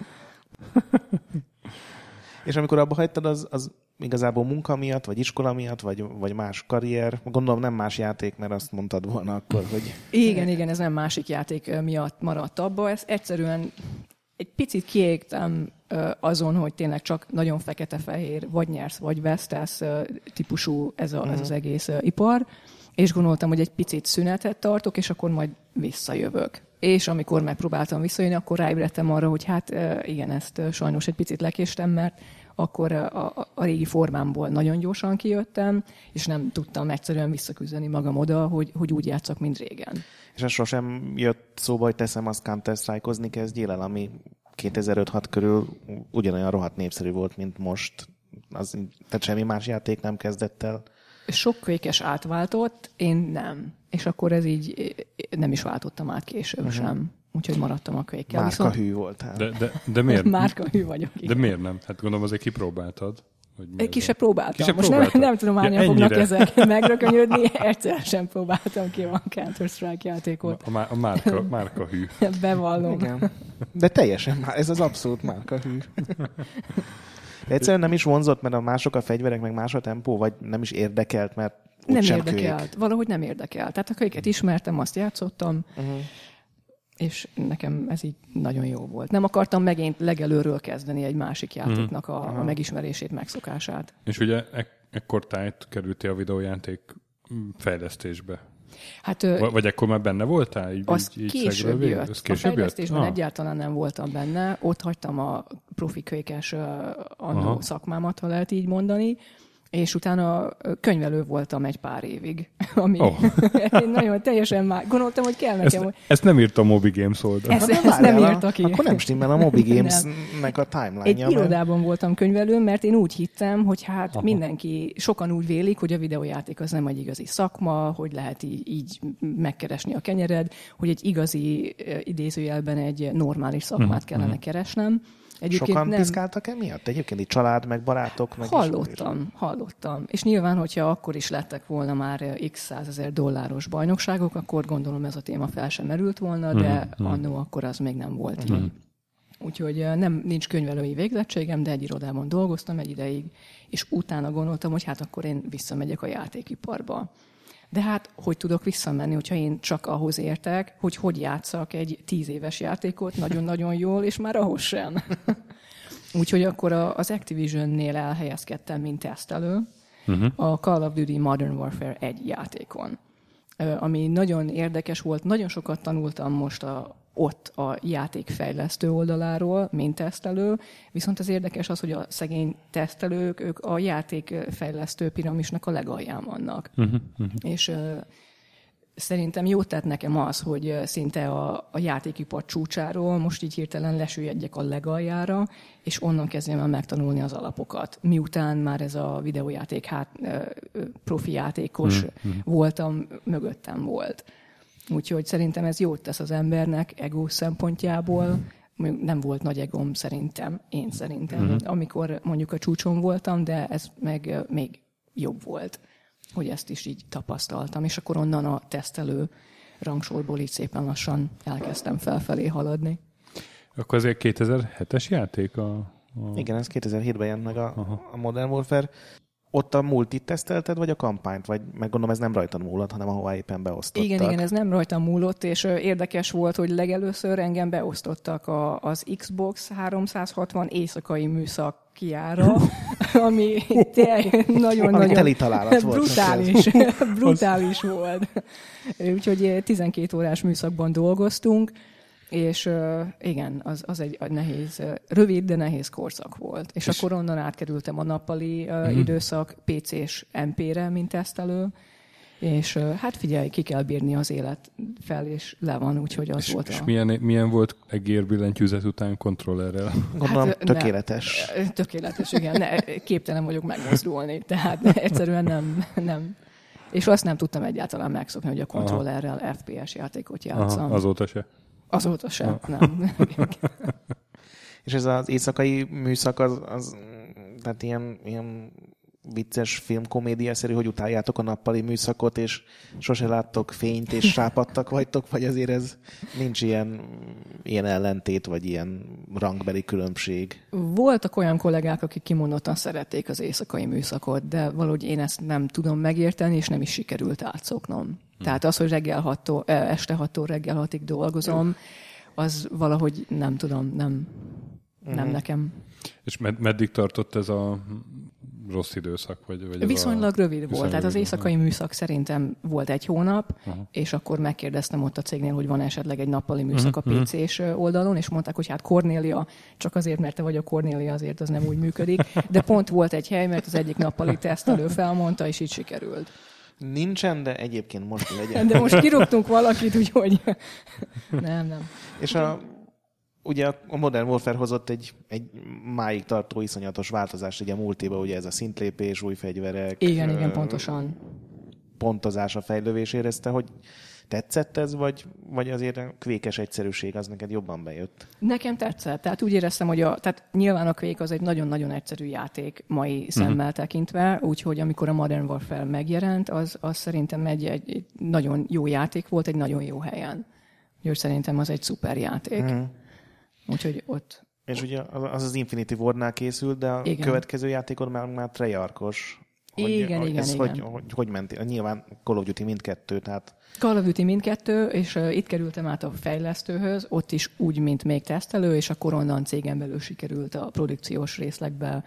És amikor abba hagytad, az, az igazából munka miatt, vagy iskola miatt, vagy, vagy más karrier? Gondolom nem más játék, mert azt mondtad volna akkor, hogy... Igen, igen, ez nem másik játék miatt maradt abba. Ez egyszerűen egy picit kiégtem azon, hogy tényleg csak nagyon fekete-fehér, vagy nyersz, vagy vesztesz típusú ez, a, ez az egész ipar, és gondoltam, hogy egy picit szünetet tartok, és akkor majd visszajövök. És amikor megpróbáltam visszajönni, akkor ráébredtem arra, hogy hát igen, ezt sajnos egy picit lekéstem, mert akkor a, a, a régi formámból nagyon gyorsan kijöttem, és nem tudtam egyszerűen visszaküzdeni magam oda, hogy, hogy úgy játszak, mint régen. És ez sosem jött szóba, hogy teszem, azt Counter-Strike-ozni kezdjél el, ami kétezer-öt-hat körül ugyanolyan rohadt népszerű volt, mint most. Az, tehát semmi más játék nem kezdett el. Sok Quake-es átváltott, én nem. És akkor ez így nem is váltottam át később uh-huh. sem. Úgyhogy maradtam a Quake-kel. Márka Viszont... hű voltál. De, de, de miért? Márka hű vagyok. De miért nem? Hát gondolom azért kipróbáltad. Hogy ki se próbáltam. Ki se Most nem, nem tudom, hányan ja, fognak ezek megrökönyödni. Egyszer sem próbáltam ki a Counter-Strike játékot. A, a, a márka, márka hű. Bevallom. Igen. De teljesen, ez az abszolút márka hű. De egyszerűen nem is vonzott, mert a mások a fegyverek, meg más a tempó, vagy nem is érdekelt, mert nem érdekelt. Quake. Valahogy nem érdekelt. Tehát a Quake-et ismertem, azt játszottam, uh-huh. és nekem ez így nagyon jó volt. Nem akartam megint legelőről kezdeni egy másik játéknak a, uh-huh. a megismerését, megszokását. És ugye ek- ekkor tájt kerültél a videójáték fejlesztésbe. Hát, v- vagy ekkor már benne voltál? Így, az így, később így jött. Az később a fejlesztésben jött? egyáltalán nem voltam benne. Ott hagytam a profi Quake-es uh, annó szakmámat, ha lehet így mondani, és utána könyvelő voltam egy pár évig, ami oh. nagyon teljesen már gondoltam, hogy kell nekem. Ezt, hogy... ezt nem írta a Moby Games oldal. Ezt, ezt, ezt nem írta ki. Akkor nem stimmel a Moby Games-nek a timeline-ja. Egy mert... irodában voltam könyvelő, mert én úgy hittem, hogy hát Aha. mindenki, sokan úgy vélik, hogy a videójáték az nem egy igazi szakma, hogy lehet így, így megkeresni a kenyered, hogy egy igazi idézőjelben egy normális szakmát kellene uh-huh. keresnem. Egyébként sokan nem... piszkáltak emiatt? Egyébként így család, meg barátok? Meg hallottam, is hallottam. És nyilván, hogyha akkor is lettek volna már x százezer dolláros bajnokságok, akkor gondolom ez a téma fel sem merült volna, de mm-hmm. annó akkor az még nem volt mm-hmm. így. Úgyhogy nem, nincs könyvelői végzettségem, de egy irodában dolgoztam egy ideig, és utána gondoltam, hogy hát akkor én visszamegyek a játékiparba. De hát, hogy tudok visszamenni, hogyha én csak ahhoz értek, hogy hogy játsszak egy tíz éves játékot nagyon-nagyon jól, és már ahhoz sem. Úgyhogy akkor az Activision-nél elhelyezkedtem, mint tesztelő, uh-huh. a Call of Duty Modern Warfare egy játékon. Ami nagyon érdekes volt, nagyon sokat tanultam most a, ott a játékfejlesztő oldaláról, mint tesztelő, viszont az érdekes az, hogy a szegény tesztelők, ők a játékfejlesztő piramisnak a legalján vannak. Uh-huh, uh-huh. És szerintem jót tett nekem az, hogy szinte a, a játékipar csúcsáról most így hirtelen lesüllyedjek a legaljára, és onnan kezdjem el megtanulni az alapokat. Miután már ez a videójáték hát, profi játékos mm-hmm. voltam, mögöttem volt. Úgyhogy szerintem ez jót tesz az embernek ego szempontjából. Nem volt nagy egóm szerintem, én szerintem, mm-hmm. amikor mondjuk a csúcson voltam, de ez meg még jobb volt, hogy ezt is így tapasztaltam, és akkor onnan a tesztelő rangsorból így szépen lassan elkezdtem felfelé haladni. Akkor azért kétezer-hetes játék? A, a... Igen, ez kétezer-hétben jelent meg a, a Modern Warfare. Ott a multit tesztelted, vagy a kampányt? Vagy meg gondolom ez nem rajtad múlott, hanem ahova éppen beosztottak. Igen, igen, ez nem rajtam múlott, és érdekes volt, hogy legelőször engem beosztottak a, az Xbox háromszázhatvan éjszakai műszakjára, ami nagyon-nagyon teli találat volt. Brutális, brutális volt. Úgyhogy tizenkét órás műszakban dolgoztunk, és uh, igen, az, az egy nehéz, rövid, de nehéz korszak volt. És, és akkor onnan átkerültem a nappali uh, uh-huh. időszak pé cés em pére, mint tesztelő, és uh, hát figyelj, ki kell bírni az élet fel, és le van, úgyhogy az és, volt és a... milyen, milyen volt egérbillentyűzet után kontrollerrel? Gondolom hát, tökéletes. Ne, tökéletes, igen. Ne, képtelen vagyok megmozdulni, tehát egyszerűen nem... nem. És azt nem tudtam egyáltalán megszokni, hogy a kontrollerrel ef pé es játékot játszom. Aha, azóta se. Azóta sem, nem. És ez az éjszakai műszak, az, az tehát ilyen, ilyen vicces filmkomédia-szerű, hogy utáljátok a nappali műszakot, és sose láttok fényt, és sápadtak vagytok, vagy azért ez nincs ilyen, ilyen ellentét, vagy ilyen rangbeli különbség? Voltak olyan kollégák, akik kimondottan szerették az éjszakai műszakot, de valahogy én ezt nem tudom megérteni, és nem is sikerült átszoknom. Hmm. Tehát az, hogy reggel hattól, este hattól reggel hatig dolgozom, az valahogy nem tudom, nem, nem hmm. nekem. És med- meddig tartott ez a rossz időszak? Vagy, vagy viszonylag a... rövid volt. Tehát az éjszakai műszak szerintem volt egy hónap, uh-huh. és akkor megkérdeztem ott a cégnél, hogy van esetleg egy nappali műszak uh-huh. a pé cés oldalon, és mondták, hogy hát Kornélia, csak azért, mert te vagy a Kornélia, azért az nem úgy működik. De pont volt egy hely, mert az egyik nappali tesztelő felmondta, és így sikerült. Nincsen, de egyébként most legyen. De most kirúgtunk valakit, úgyhogy nem, nem. És a ugye a Modern Warfare hozott egy, egy máig tartó iszonyatos változást ugye a multiba, ugye ez a szintlépés, új fegyverek. Igen, igen, pontosan. Pontozás a fejlődés érezte, hogy tetszett ez, vagy, vagy azért a kvékes egyszerűség az neked jobban bejött? Nekem tetszett. Tehát úgy éreztem, hogy a, tehát nyilván a Quake az egy nagyon-nagyon egyszerű játék mai szemmel uh-huh. tekintve, úgyhogy amikor a Modern Warfare megjelent, az, az szerintem egy, egy, egy nagyon jó játék volt, egy nagyon jó helyen. Úgyhogy szerintem az egy szuper játék. Uh-huh. Úgyhogy ott... És ugye az az Infinity Wardnál készült, de a igen. következő játékod már, már Treyarchos. Hogy, igen, hogy, igen, ez igen. Hogy, hogy, hogy ment? Nyilván Call of Duty mindkettő, tehát... Call of Duty mindkettő, és uh, itt kerültem át a fejlesztőhöz, ott is úgy, mint még tesztelő, és akkor onnan cégen belül sikerült a produkciós részlegbe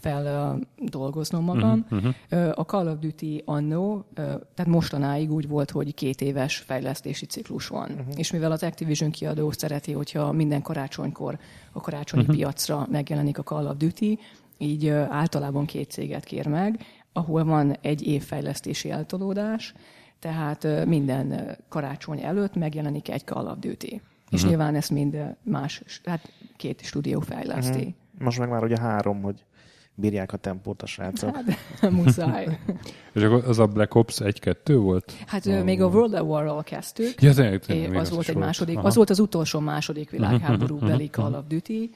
feldolgoznom magam. Uh-huh, uh-huh. A Call of Duty annó, tehát mostanáig úgy volt, hogy két éves fejlesztési ciklus van. Uh-huh. És mivel az Activision kiadó szereti, hogyha minden karácsonykor a karácsonyi uh-huh. piacra megjelenik a Call of Duty, így általában két céget kér meg, ahol van egy év fejlesztési eltolódás, tehát minden karácsony előtt megjelenik egy Call of Duty. Uh-huh. És nyilván ezt mind más, hát két stúdió fejleszti. Uh-huh. Most meg már ugye három, hogy bírják a tempót a srácok. Hát, muszáj. És akkor az a Black Ops egy kettő volt? Hát a... még a World at War-ral kezdtük. Ja, tényleg, tényleg, az volt egy volt. második, az volt az utolsó második világháború beli Call of Duty,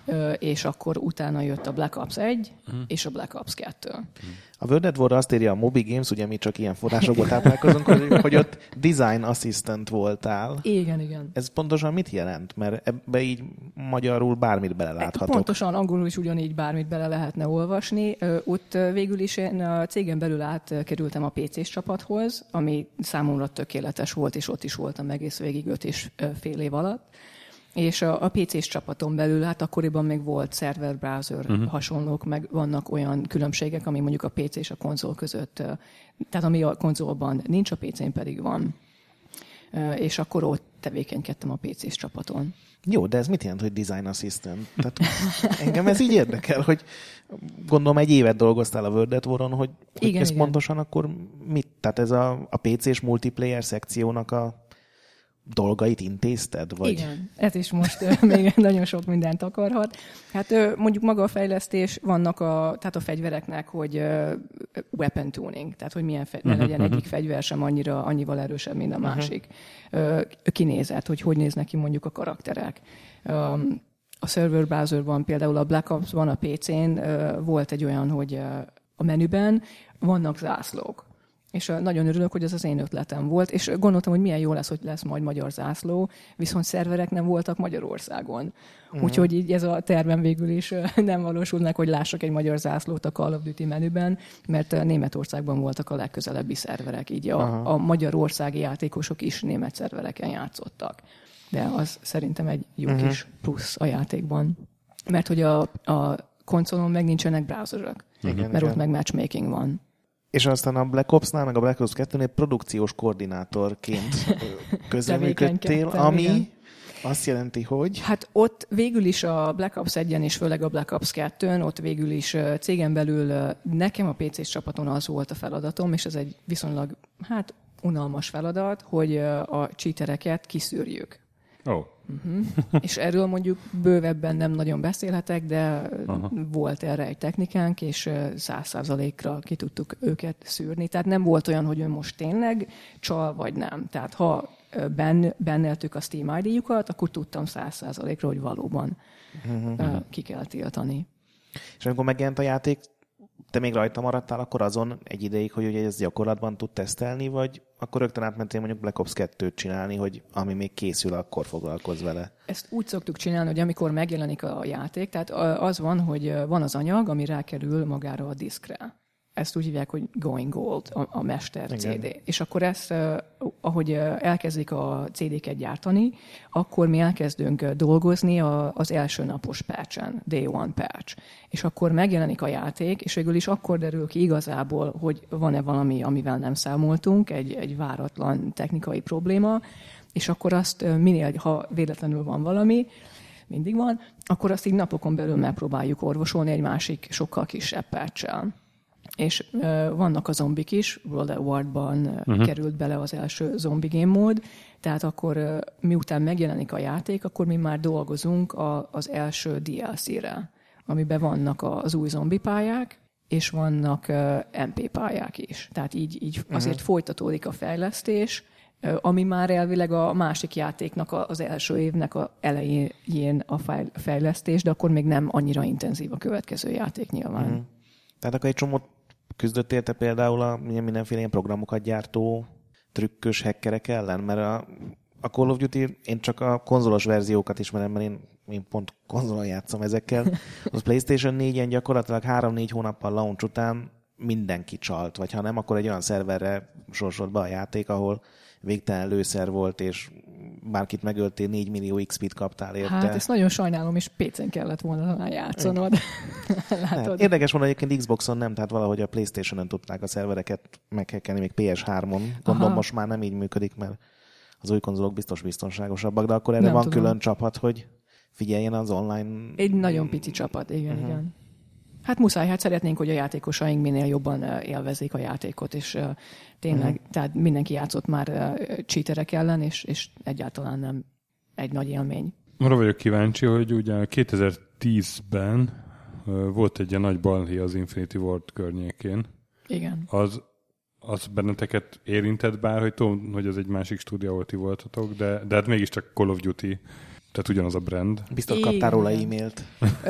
és akkor utána jött a Black Ops egy uh-huh. és a Black Ops kettő. A World at War-ra azt írja a Moby Games, ugye mi csak ilyen forrásokból táplálkozunk, hogy, hogy ott design assistant voltál. Igen, igen. Ez pontosan mit jelent? Mert ebbe így magyarul bármit beleláthatok. Pontosan, angolul is ugyanígy bármit bele lehetne olvasni. Ott végül is én a cégen belül átkerültem a pé cés csapathoz, ami számomra tökéletes volt, és ott is voltam egész végig öt és fél év alatt. És a, a pé cés csapaton belül, hát akkoriban még volt server browser uh-huh. hasonlók, meg vannak olyan különbségek, ami mondjuk a pé cé és a konzol között, tehát ami a konzolban nincs, a pé cén pedig van. és akkor ott tevékenykedtem a pé cés csapaton. Jó, de ez mit jelent, hogy design assistant? Tehát engem ez így érdekel, hogy gondolom egy évet dolgoztál a World at War-on, hogy, hogy igen, ez igen. pontosan akkor mit? Tehát ez a, a pé cés multiplayer szekciónak a dolgait intézted? Vagy? Igen, ez is most uh, még nagyon sok mindent akarhat. Hát uh, mondjuk maga a fejlesztés, vannak a, tehát a fegyvereknek, hogy uh, weapon tuning, tehát hogy milyen fe- ne legyen egyik fegyver sem annyira, annyival erősebb, mint a másik. Uh, kinézet, hogy hogy néznek ki mondjuk a karakterek. Um, a server browserban például a Black Ops-ban a pé cén uh, volt egy olyan, hogy uh, a menüben vannak zászlók. És nagyon örülök, hogy ez az én ötletem volt, és gondoltam, hogy milyen jó lesz, hogy lesz majd magyar zászló, viszont szerverek nem voltak Magyarországon. Uh-huh. Úgyhogy így ez a tervem végül is nem valósul meg, hogy lássak egy magyar zászlót a Call of Duty menüben, mert Németországban voltak a legközelebbi szerverek, így a, uh-huh. a magyarországi játékosok is német szervereken játszottak. De az szerintem egy jó uh-huh. kis plusz a játékban. Mert hogy a, a konzolon meg nincsenek browserök, uh-huh. mert igen. ott meg matchmaking van. És aztán a Black Ops-nál, meg a Black Ops kettőnél produkciós koordinátorként közreműködtél, ami igen. azt jelenti, hogy... Hát ott végül is a Black Ops egyen és főleg a Black Ops kettőn, ott végül is cégen belül nekem a pé cés csapaton az volt a feladatom, és ez egy viszonylag hát unalmas feladat, hogy a cheatereket kiszűrjük. Oh. Uh-huh. És erről mondjuk bővebben nem nagyon beszélhetek, de aha. volt erre egy technikánk, és száz százalékra ki tudtuk őket szűrni. Tehát nem volt olyan, hogy ő most tényleg csal, vagy nem. Tehát ha ben, benneltük a Steam í dí-jukat, akkor tudtam száz százalékra, hogy valóban uh-huh. ki kell tiltani. És amikor megjelent a játék, te még rajta maradtál akkor azon egy ideig, hogy ugye ezt gyakorlatban tud tesztelni, vagy akkor rögtön átmentél mondjuk Black Ops kettőt csinálni, hogy ami még készül, akkor foglalkozz vele? Ezt úgy szoktuk csinálni, hogy amikor megjelenik a játék, tehát az van, hogy van az anyag, ami rákerül magára a diszkre. Ezt úgy hívják, hogy Going Gold, a, a Mester igen. cé dé. És akkor ezt, ahogy elkezdik a cé déket gyártani, akkor mi elkezdünk dolgozni az első napos patchen, Day One patch. És akkor megjelenik a játék, és végül is akkor derül ki igazából, hogy van-e valami, amivel nem számoltunk, egy, egy váratlan technikai probléma, és akkor azt minél, ha véletlenül van valami, mindig van, akkor azt így napokon belül megpróbáljuk orvosolni egy másik, sokkal kisebb patch-el. És uh, vannak a zombik is, World at War-ban uh-huh. került bele az első zombi game mód, tehát akkor uh, miután megjelenik a játék, akkor mi már dolgozunk a, az első dé el cé-re, amiben vannak az új zombi pályák, és vannak uh, em pé pályák is. Tehát így, így uh-huh. azért folytatódik a fejlesztés, uh, ami már elvileg a másik játéknak a, az első évnek a elején a fejlesztés, de akkor még nem annyira intenzív a következő játék nyilván. Uh-huh. Tehát akkor egy csomót küzdöttél te például a mindenféle ilyen programokat gyártó trükkös hackerek ellen? Mert a, a Call of Duty, én csak a konzolos verziókat ismerem, mert én, én pont konzolon játszom ezekkel. Az PlayStation négyen gyakorlatilag három-négy hónappal launch után mindenki csalt, vagy ha nem, akkor egy olyan szerverre sorsolt be a játék, ahol végtelen lőszer volt, és bárkit megöltél, négy millió iksz pét kaptál érte. Hát ezt nagyon sajnálom, és pé cén kellett volna játszanod. Látod? Érdekes volna egyébként Xboxon nem, tehát valahogy a PlayStation-on tudták a szervereket meghekkelni, még pé es hármon. Gondolom aha. most már nem így működik, mert az új konzolok biztos biztonságosabbak, de akkor erre nem van tudom. Külön csapat, hogy figyeljen az online... Egy nagyon pici csapat, igen, uh-huh. igen. Hát muszáj, hát szeretnénk, hogy a játékosaink minél jobban élvezik a játékot, és uh, tényleg, uh-huh. tehát mindenki játszott már uh, cheaterek ellen, és, és egyáltalán nem egy nagy élmény. Arra vagyok kíváncsi, hogy ugye kétezer-tízben uh, volt egy ilyen nagy balhé az Infinity Ward környékén. Igen. Az, az benneteket érintett bár, hogy tudom, hogy ez egy másik stúdió, ahol ti voltatok, de, de hát mégiscsak Call of Duty. Tehát ugyanaz a brand. Biztos kaptál róla e-mailt.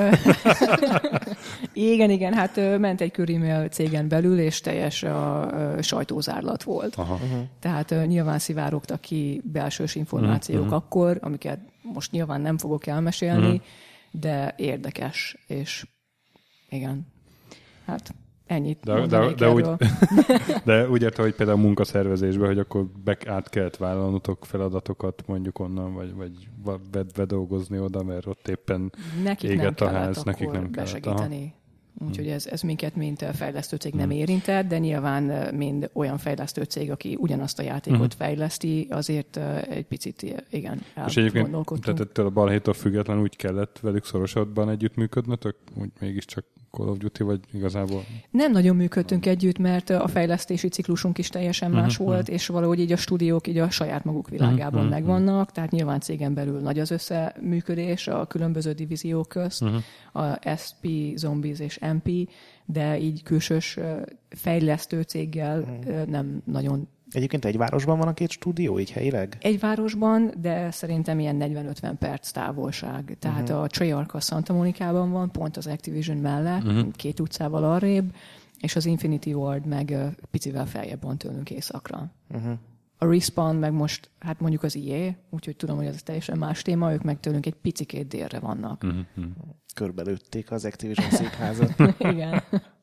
igen, igen, hát ment egy köremail cégen belül, és teljes a sajtózárlat volt. Aha. Uh-huh. Tehát nyilván szivárogtak ki belsős információk uh-huh. akkor, amiket most nyilván nem fogok elmesélni, uh-huh. de érdekes, és igen, hát ennyit de, de, de, úgy, de úgy érte, hogy például a munkaszervezésben, hogy akkor be, át kellett vállalnotok feladatokat mondjuk onnan, vagy, vagy bedolgozni oda, mert ott éppen nekik égett a ház, nekik nem kellett. Besegíteni. Úgyhogy ez, ez minket, mint fejlesztő cég nem érintett, de nyilván mind olyan fejlesztő cég, aki ugyanazt a játékot uh-huh. fejleszti, azért egy picit, igen, és egyébként tehát ettől a balhétől független úgy kellett velük szorosabban együttműködnötök, úgy mégiscsak Call of Duty, vagy igazából? Nem nagyon működtünk együtt, mert a fejlesztési ciklusunk is teljesen más uh-huh, volt, uh-huh. és valahogy így a stúdiók így a saját maguk világában uh-huh, megvannak, tehát nyilván cégen belül nagy az összeműködés a különböző divíziók közt, uh-huh. a es pé, Zombies és em pé, de így külsős fejlesztő céggel uh-huh. nem nagyon. Egyébként egy városban van a két stúdió, így helyileg? Egy városban, de szerintem ilyen negyven-ötven perc távolság. Tehát uh-huh. a Treyarch a Santa Monicában van, pont az Activision mellett, uh-huh. két utcával arrébb, és az Infinity Ward meg picivel feljebb van tőlünk északra. Uh-huh. A Respawn meg most, hát mondjuk az i á, úgyhogy tudom, hogy ez teljesen más téma, ők meg tőlünk egy picikét délre vannak. Uh-huh. Körbelőtték az Activision székházat. Igen.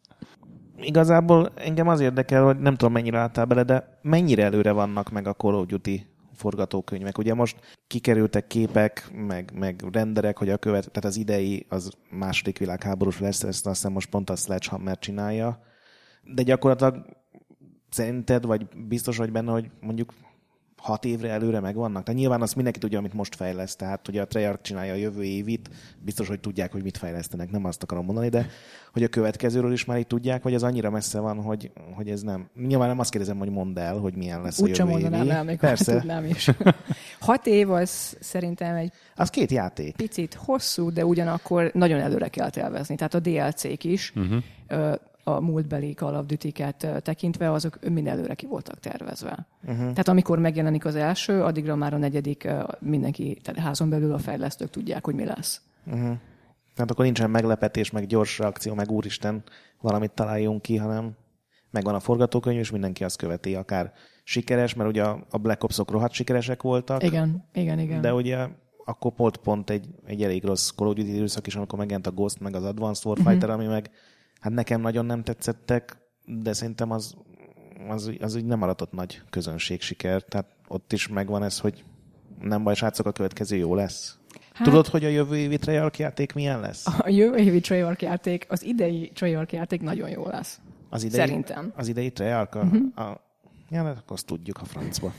Igazából engem az érdekel, hogy nem tudom, mennyire álltál bele, de mennyire előre vannak meg a Call of Duty forgatókönyvek. Ugye most kikerültek képek, meg, meg renderek, hogy a követ, tehát az idei az második világháborús lesz, ezt azt hiszem most pont a Sledgehammer csinálja. De gyakorlatilag szerinted, vagy biztos vagy benne, hogy mondjuk hat évre előre megvannak? Tehát nyilván azt mindenki tudja, amit most fejleszt. Tehát, hogy a Treyarch csinálja a jövő évit, biztos, hogy tudják, hogy mit fejlesztenek. Nem azt akarom mondani, de hogy a következőről is már így tudják, vagy az annyira messze van, hogy, hogy ez nem. Nyilván nem azt kérdezem, hogy mondd el, hogy milyen lesz úgy a jövő évi. Úgy sem mondanám el, még persze. Tudnám is. Hat év az szerintem egy az két játék. Picit hosszú, de ugyanakkor nagyon előre kell tervezni. Tehát a dé el cé-k is, uh-huh. a múltbeli Call of Duty-ket tekintve, azok mind előre ki voltak tervezve. Uh-huh. Tehát amikor megjelenik az első, addigra már a negyedik mindenki, tehát házon belül a fejlesztők tudják, hogy mi lesz. Uh-huh. Tehát akkor nincsen meglepetés, meg gyors reakció, meg úristen, valamit találjunk ki, hanem megvan a forgatókönyv, és mindenki azt követi, akár sikeres, mert ugye a Black Ops-ok rohadt sikeresek voltak. Igen, igen, igen. De ugye akkor volt pont egy, egy elég rossz Call of Duty időszak is, amikor megjelent a Ghost, meg az Advanced Warfighter, uh-huh. ami meg hát nekem nagyon nem tetszettek, de szerintem az, az, az úgy nem aratott nagy közönségsiker. Tehát ott is megvan ez, hogy nem baj, srácok, a következő jó lesz. Hát, tudod, hogy a jövő évi Treyarch játék milyen lesz? A jövő évi Treyarch játék, az idei Treyarch játék nagyon jó lesz. Az idei, szerintem. Az idei Treyarch? A, uh-huh. a, ja, akkor azt tudjuk a francba.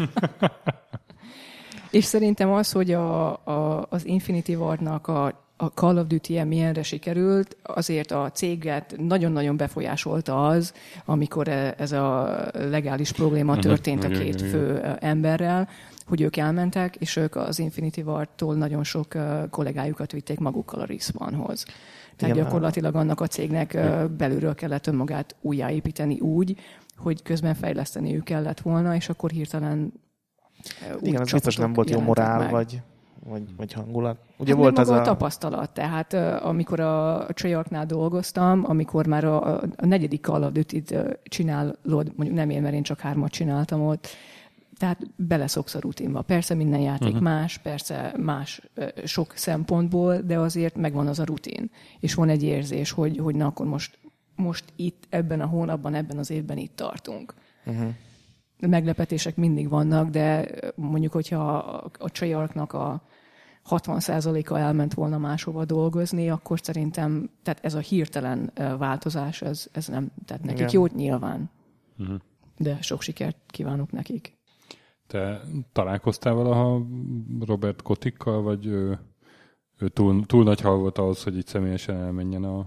És szerintem az, hogy a, a, az Infinity Wardnak a a Call of Duty-en milyenre sikerült, azért a céget nagyon-nagyon befolyásolta az, amikor ez a legális probléma történt a két fő emberrel, hogy ők elmentek, és ők az Infinity Ward-tól nagyon sok kollégájukat vitték magukkal a Respawnhoz. Tehát igen, gyakorlatilag annak a cégnek belülről kellett önmagát újjáépíteni úgy, hogy közben fejleszteniük kellett volna, és akkor hirtelen igen, ez biztos nem volt jó morál, meg. vagy... Vagy, vagy hangulat. Ugye hát volt az a... a tapasztalat. Tehát uh, amikor a Treyarchnál dolgoztam, amikor már a, a negyedik Call of Duty-t csinálod, mondjuk nem én, mert én csak hármat csináltam ott, tehát beleszoksz a rutinba. Persze minden játék uh-huh. más, persze más uh, sok szempontból, de azért megvan az a rutin. És van egy érzés, hogy, hogy na akkor most, most itt, ebben a hónapban, ebben az évben itt tartunk. Uh-huh. Meglepetések mindig vannak, de mondjuk, hogyha a Treyarchnak a hatvan százaléka elment volna máshova dolgozni, akkor szerintem tehát ez a hirtelen változás, ez, ez nem tett nekik igen. jót nyilván. Uh-huh. De sok sikert kívánok nekik. Te találkoztál valaha Robert Kotickkal, vagy ő, ő túl, túl nagy hal volt ahhoz, hogy így személyesen elmenjen a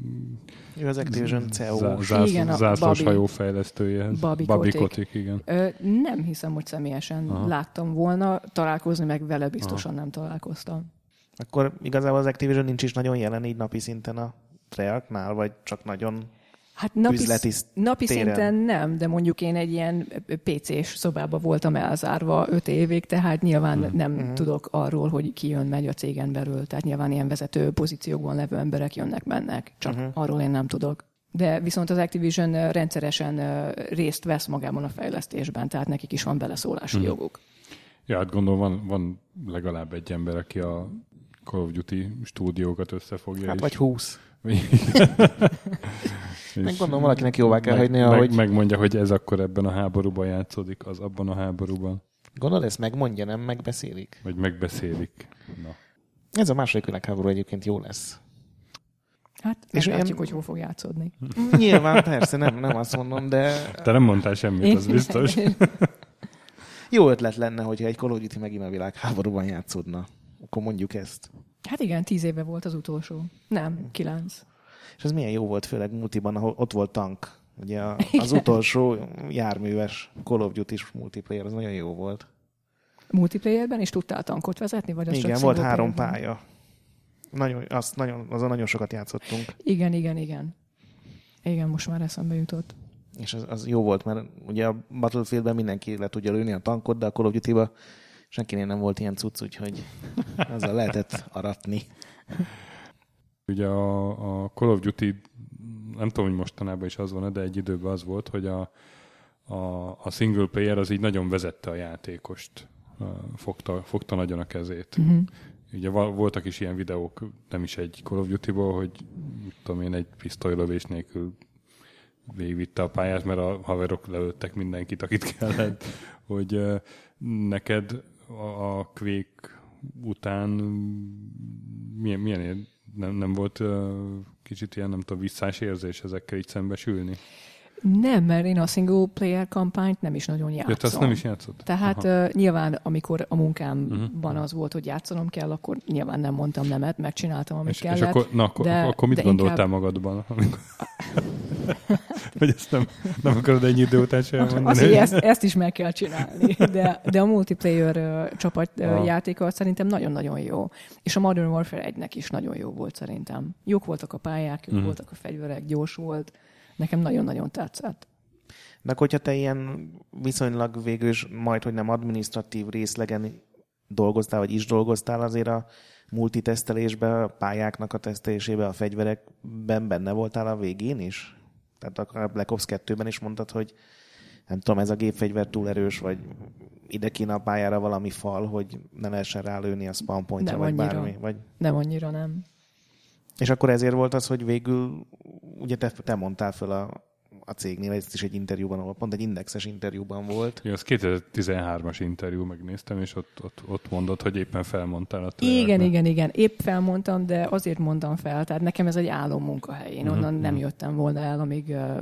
ő az Activision cé e o. Zász, igen, zászlós hajófejlesztőjehez. Bobby Kotick, igen. Ö, nem hiszem, hogy személyesen aha. láttam volna. Találkozni meg vele biztosan aha. nem találkoztam. Akkor igazából az Activision nincs is nagyon jelen így napi szinten a Treyarchnál, vagy csak nagyon hát napi, üzleti napi szinten nem, de mondjuk én egy ilyen pé cés szobába voltam elzárva öt évig, tehát nyilván hmm. nem hmm. tudok arról, hogy ki jön, megy a cégen belül. Tehát nyilván ilyen vezető pozíciókban levő emberek jönnek, mennek. Csak hmm. arról én nem tudok. De viszont az Activision rendszeresen részt vesz magában a fejlesztésben, tehát nekik is van beleszólási hmm. joguk. Ja, hát gondolom van, van legalább egy ember, aki a Call of Duty stúdiókat összefogja. Hát is. vagy húsz. Meg gondolom, valakinek jóvá kell hagyni, meg, hogy... Megmondja, hogy ez akkor ebben a háborúban játszódik, az abban a háborúban. Gondolod, ezt megmondja, nem megbeszélik? Vagy megbeszélik. Na. Ez a második világháború egyébként jó lesz. Hát és meglátjuk, ilyen... hogy hol fog játszódni. Nyilván, persze, nem, nem azt mondom, de... Te nem mondtál semmit, az biztos. Jó ötlet lenne, hogyha egy Call of Duty megint a világháborúban játszódna. Akkor mondjuk ezt. Hát igen, tíz éve volt az utolsó. Nem, kilenc. És ez milyen jó volt, főleg multiban, ahol ott volt tank. Ugye az utolsó járműves Call of Duty-s multiplayer, az nagyon jó volt. Multiplayerben is tudtál tankot vezetni? Vagy az igen, csak volt három playerben? pálya. Nagyon, azt nagyon, azon nagyon sokat játszottunk. Igen, igen, igen. Igen, most már eszembe jutott. És az, az jó volt, mert ugye a Battlefieldben mindenki le tudja lőni a tankot, de a Call of Duty-ba senkinél nem volt ilyen cucc, úgyhogy azzal lehetett aratni. Ugye a, a Call of Duty, nem tudom, hogy mostanában is az van, de egy időben az volt, hogy a, a, a single player az így nagyon vezette a játékost. Fogta, fogta nagyon a kezét. Uh-huh. Ugye voltak is ilyen videók, nem is egy Call of Duty-ból, hogy tudom én, egy pisztolylövés nélkül végigvitte a pályát, mert a haverok lelőttek mindenkit, akit kellett, hogy neked a Quake után milyen, milyen nem, nem volt kicsit ilyen, nem tudom, visszás érzés ezekkel így szembesülni? Nem, mert én a single player kampányt nem is nagyon játszom. Jött, azt nem is játszott? Tehát uh, nyilván, amikor a munkámban uh-huh. az volt, hogy játszanom kell, akkor nyilván nem mondtam nemet, megcsináltam, amit és, kellett. És akkor, na, akkor, de, akkor mit gondoltál inkább... magadban? Amikor... Vagy ezt nem, nem akarod ennyi idő után sem mondani? Azt, hogy ezt, ezt is meg kell csinálni. De, de a multiplayer uh, csapat uh, játéka szerintem nagyon-nagyon jó. És a Modern Warfare egynek is nagyon jó volt szerintem. Jók voltak a pályák, jók uh-huh. voltak a fegyverek, gyors volt. Nekem nagyon-nagyon tetszett. De akkor, hogyha te ilyen viszonylag végül is majd, hogy nem adminisztratív részlegen dolgoztál, vagy is dolgoztál, azért a multitesztelésben, a pályáknak a tesztelésében, a fegyverekben benne voltál a végén is? Tehát a Black Ops kettőben is mondtad, hogy nem tudom, ez a gépfegyver túl erős, vagy ide kéne a pályára valami fal, hogy ne lehessen rálőni a spawn pointra, vagy annyira. bármi. Vagy... Nem annyira, nem. És akkor ezért volt az, hogy végül, ugye te, te mondtál föl a, a cégnél, ez is egy interjúban, ahol pont egy indexes interjúban volt. Ja, az kétezer-tizenhármas interjú, megnéztem, és ott, ott, ott mondod, hogy éppen felmondtál a trailerbe. Igen, igen, igen. Épp felmondtam, de azért mondtam fel. Tehát nekem ez egy álom munkahely. Én onnan uh-huh. nem jöttem volna el, amíg uh,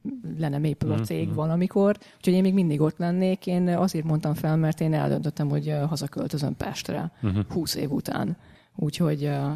le nem épül a cég uh-huh. valamikor. Úgyhogy én még mindig ott lennék. Én azért mondtam fel, mert én eldöntöttem, hogy uh, hazaköltözöm Pestre uh-huh. húsz év után. Úgyhogy... Uh,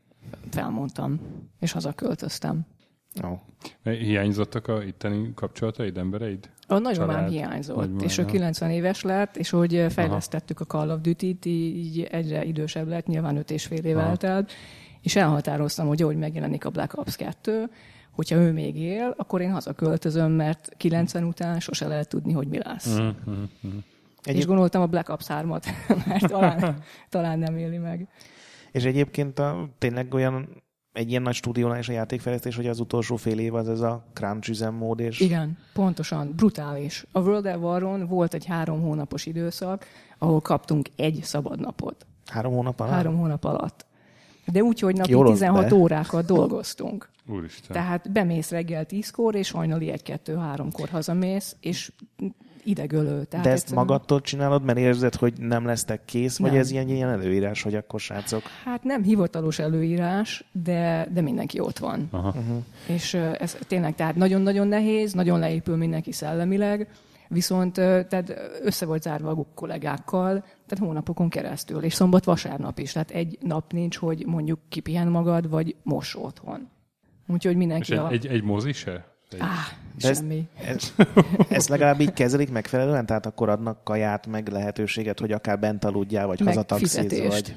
felmondtam, és hazaköltöztem. Oh. Hiányzottak a itteni kapcsolataid, embereid? A nagymamám hiányzott, nagymamám, és ő kilencven éves lett, és hogy fejlesztettük Aha. a Call of Duty-t, így egyre idősebb lett, nyilván öt és fél év eltelt, és elhatároztam, hogy ahogy megjelenik a Black Ops kettő, hogyha ő még él, akkor én hazaköltözöm, mert kilencven után sose lehet tudni, hogy mi lesz. Uh-huh, uh-huh. És Egyéb... gondoltam a Black Ops hármat, mert talán, talán nem éli meg. És egyébként a, tényleg olyan egy ilyen nagy stúdiónál is a játékfejlesztés, hogy az utolsó fél év az ez a crunch üzemmód. És... Igen, pontosan, brutális. A World at War-on volt egy három hónapos időszak, ahol kaptunk egy szabad napot. Három hónap alatt? Három hónap alatt. De úgy, hogy napi tizenhat órákat dolgoztunk. Úristen. Tehát bemész reggel tízkor, és hajnali egy-kettő-háromkor hazamész, és idegölő. Tehát de ezt egyszerűen... magadtól csinálod, mert érzed, hogy nem lesztek kész, vagy nem. Ez ilyen, ilyen előírás, hogy akkor srácok? Hát nem hivatalos előírás, de, de mindenki ott van. Aha. Uh-huh. És ez tényleg tehát nagyon-nagyon nehéz, nagyon leépül mindenki szellemileg, viszont tehát össze volt zárva a kollégákkal, tehát hónapokon keresztül, és szombat-vasárnap is. Tehát egy nap nincs, hogy mondjuk kipihen magad, vagy mos otthon. Úgyhogy mindenki és a... egy, egy, egy mozi se? Egy... Ah, semmi. Ez, ez, ezt legalább így kezelik megfelelően? Tehát akkor adnak kaját, meg lehetőséget, hogy akár bent aludjál, vagy hazataxiz, vagy...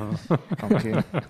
Okay.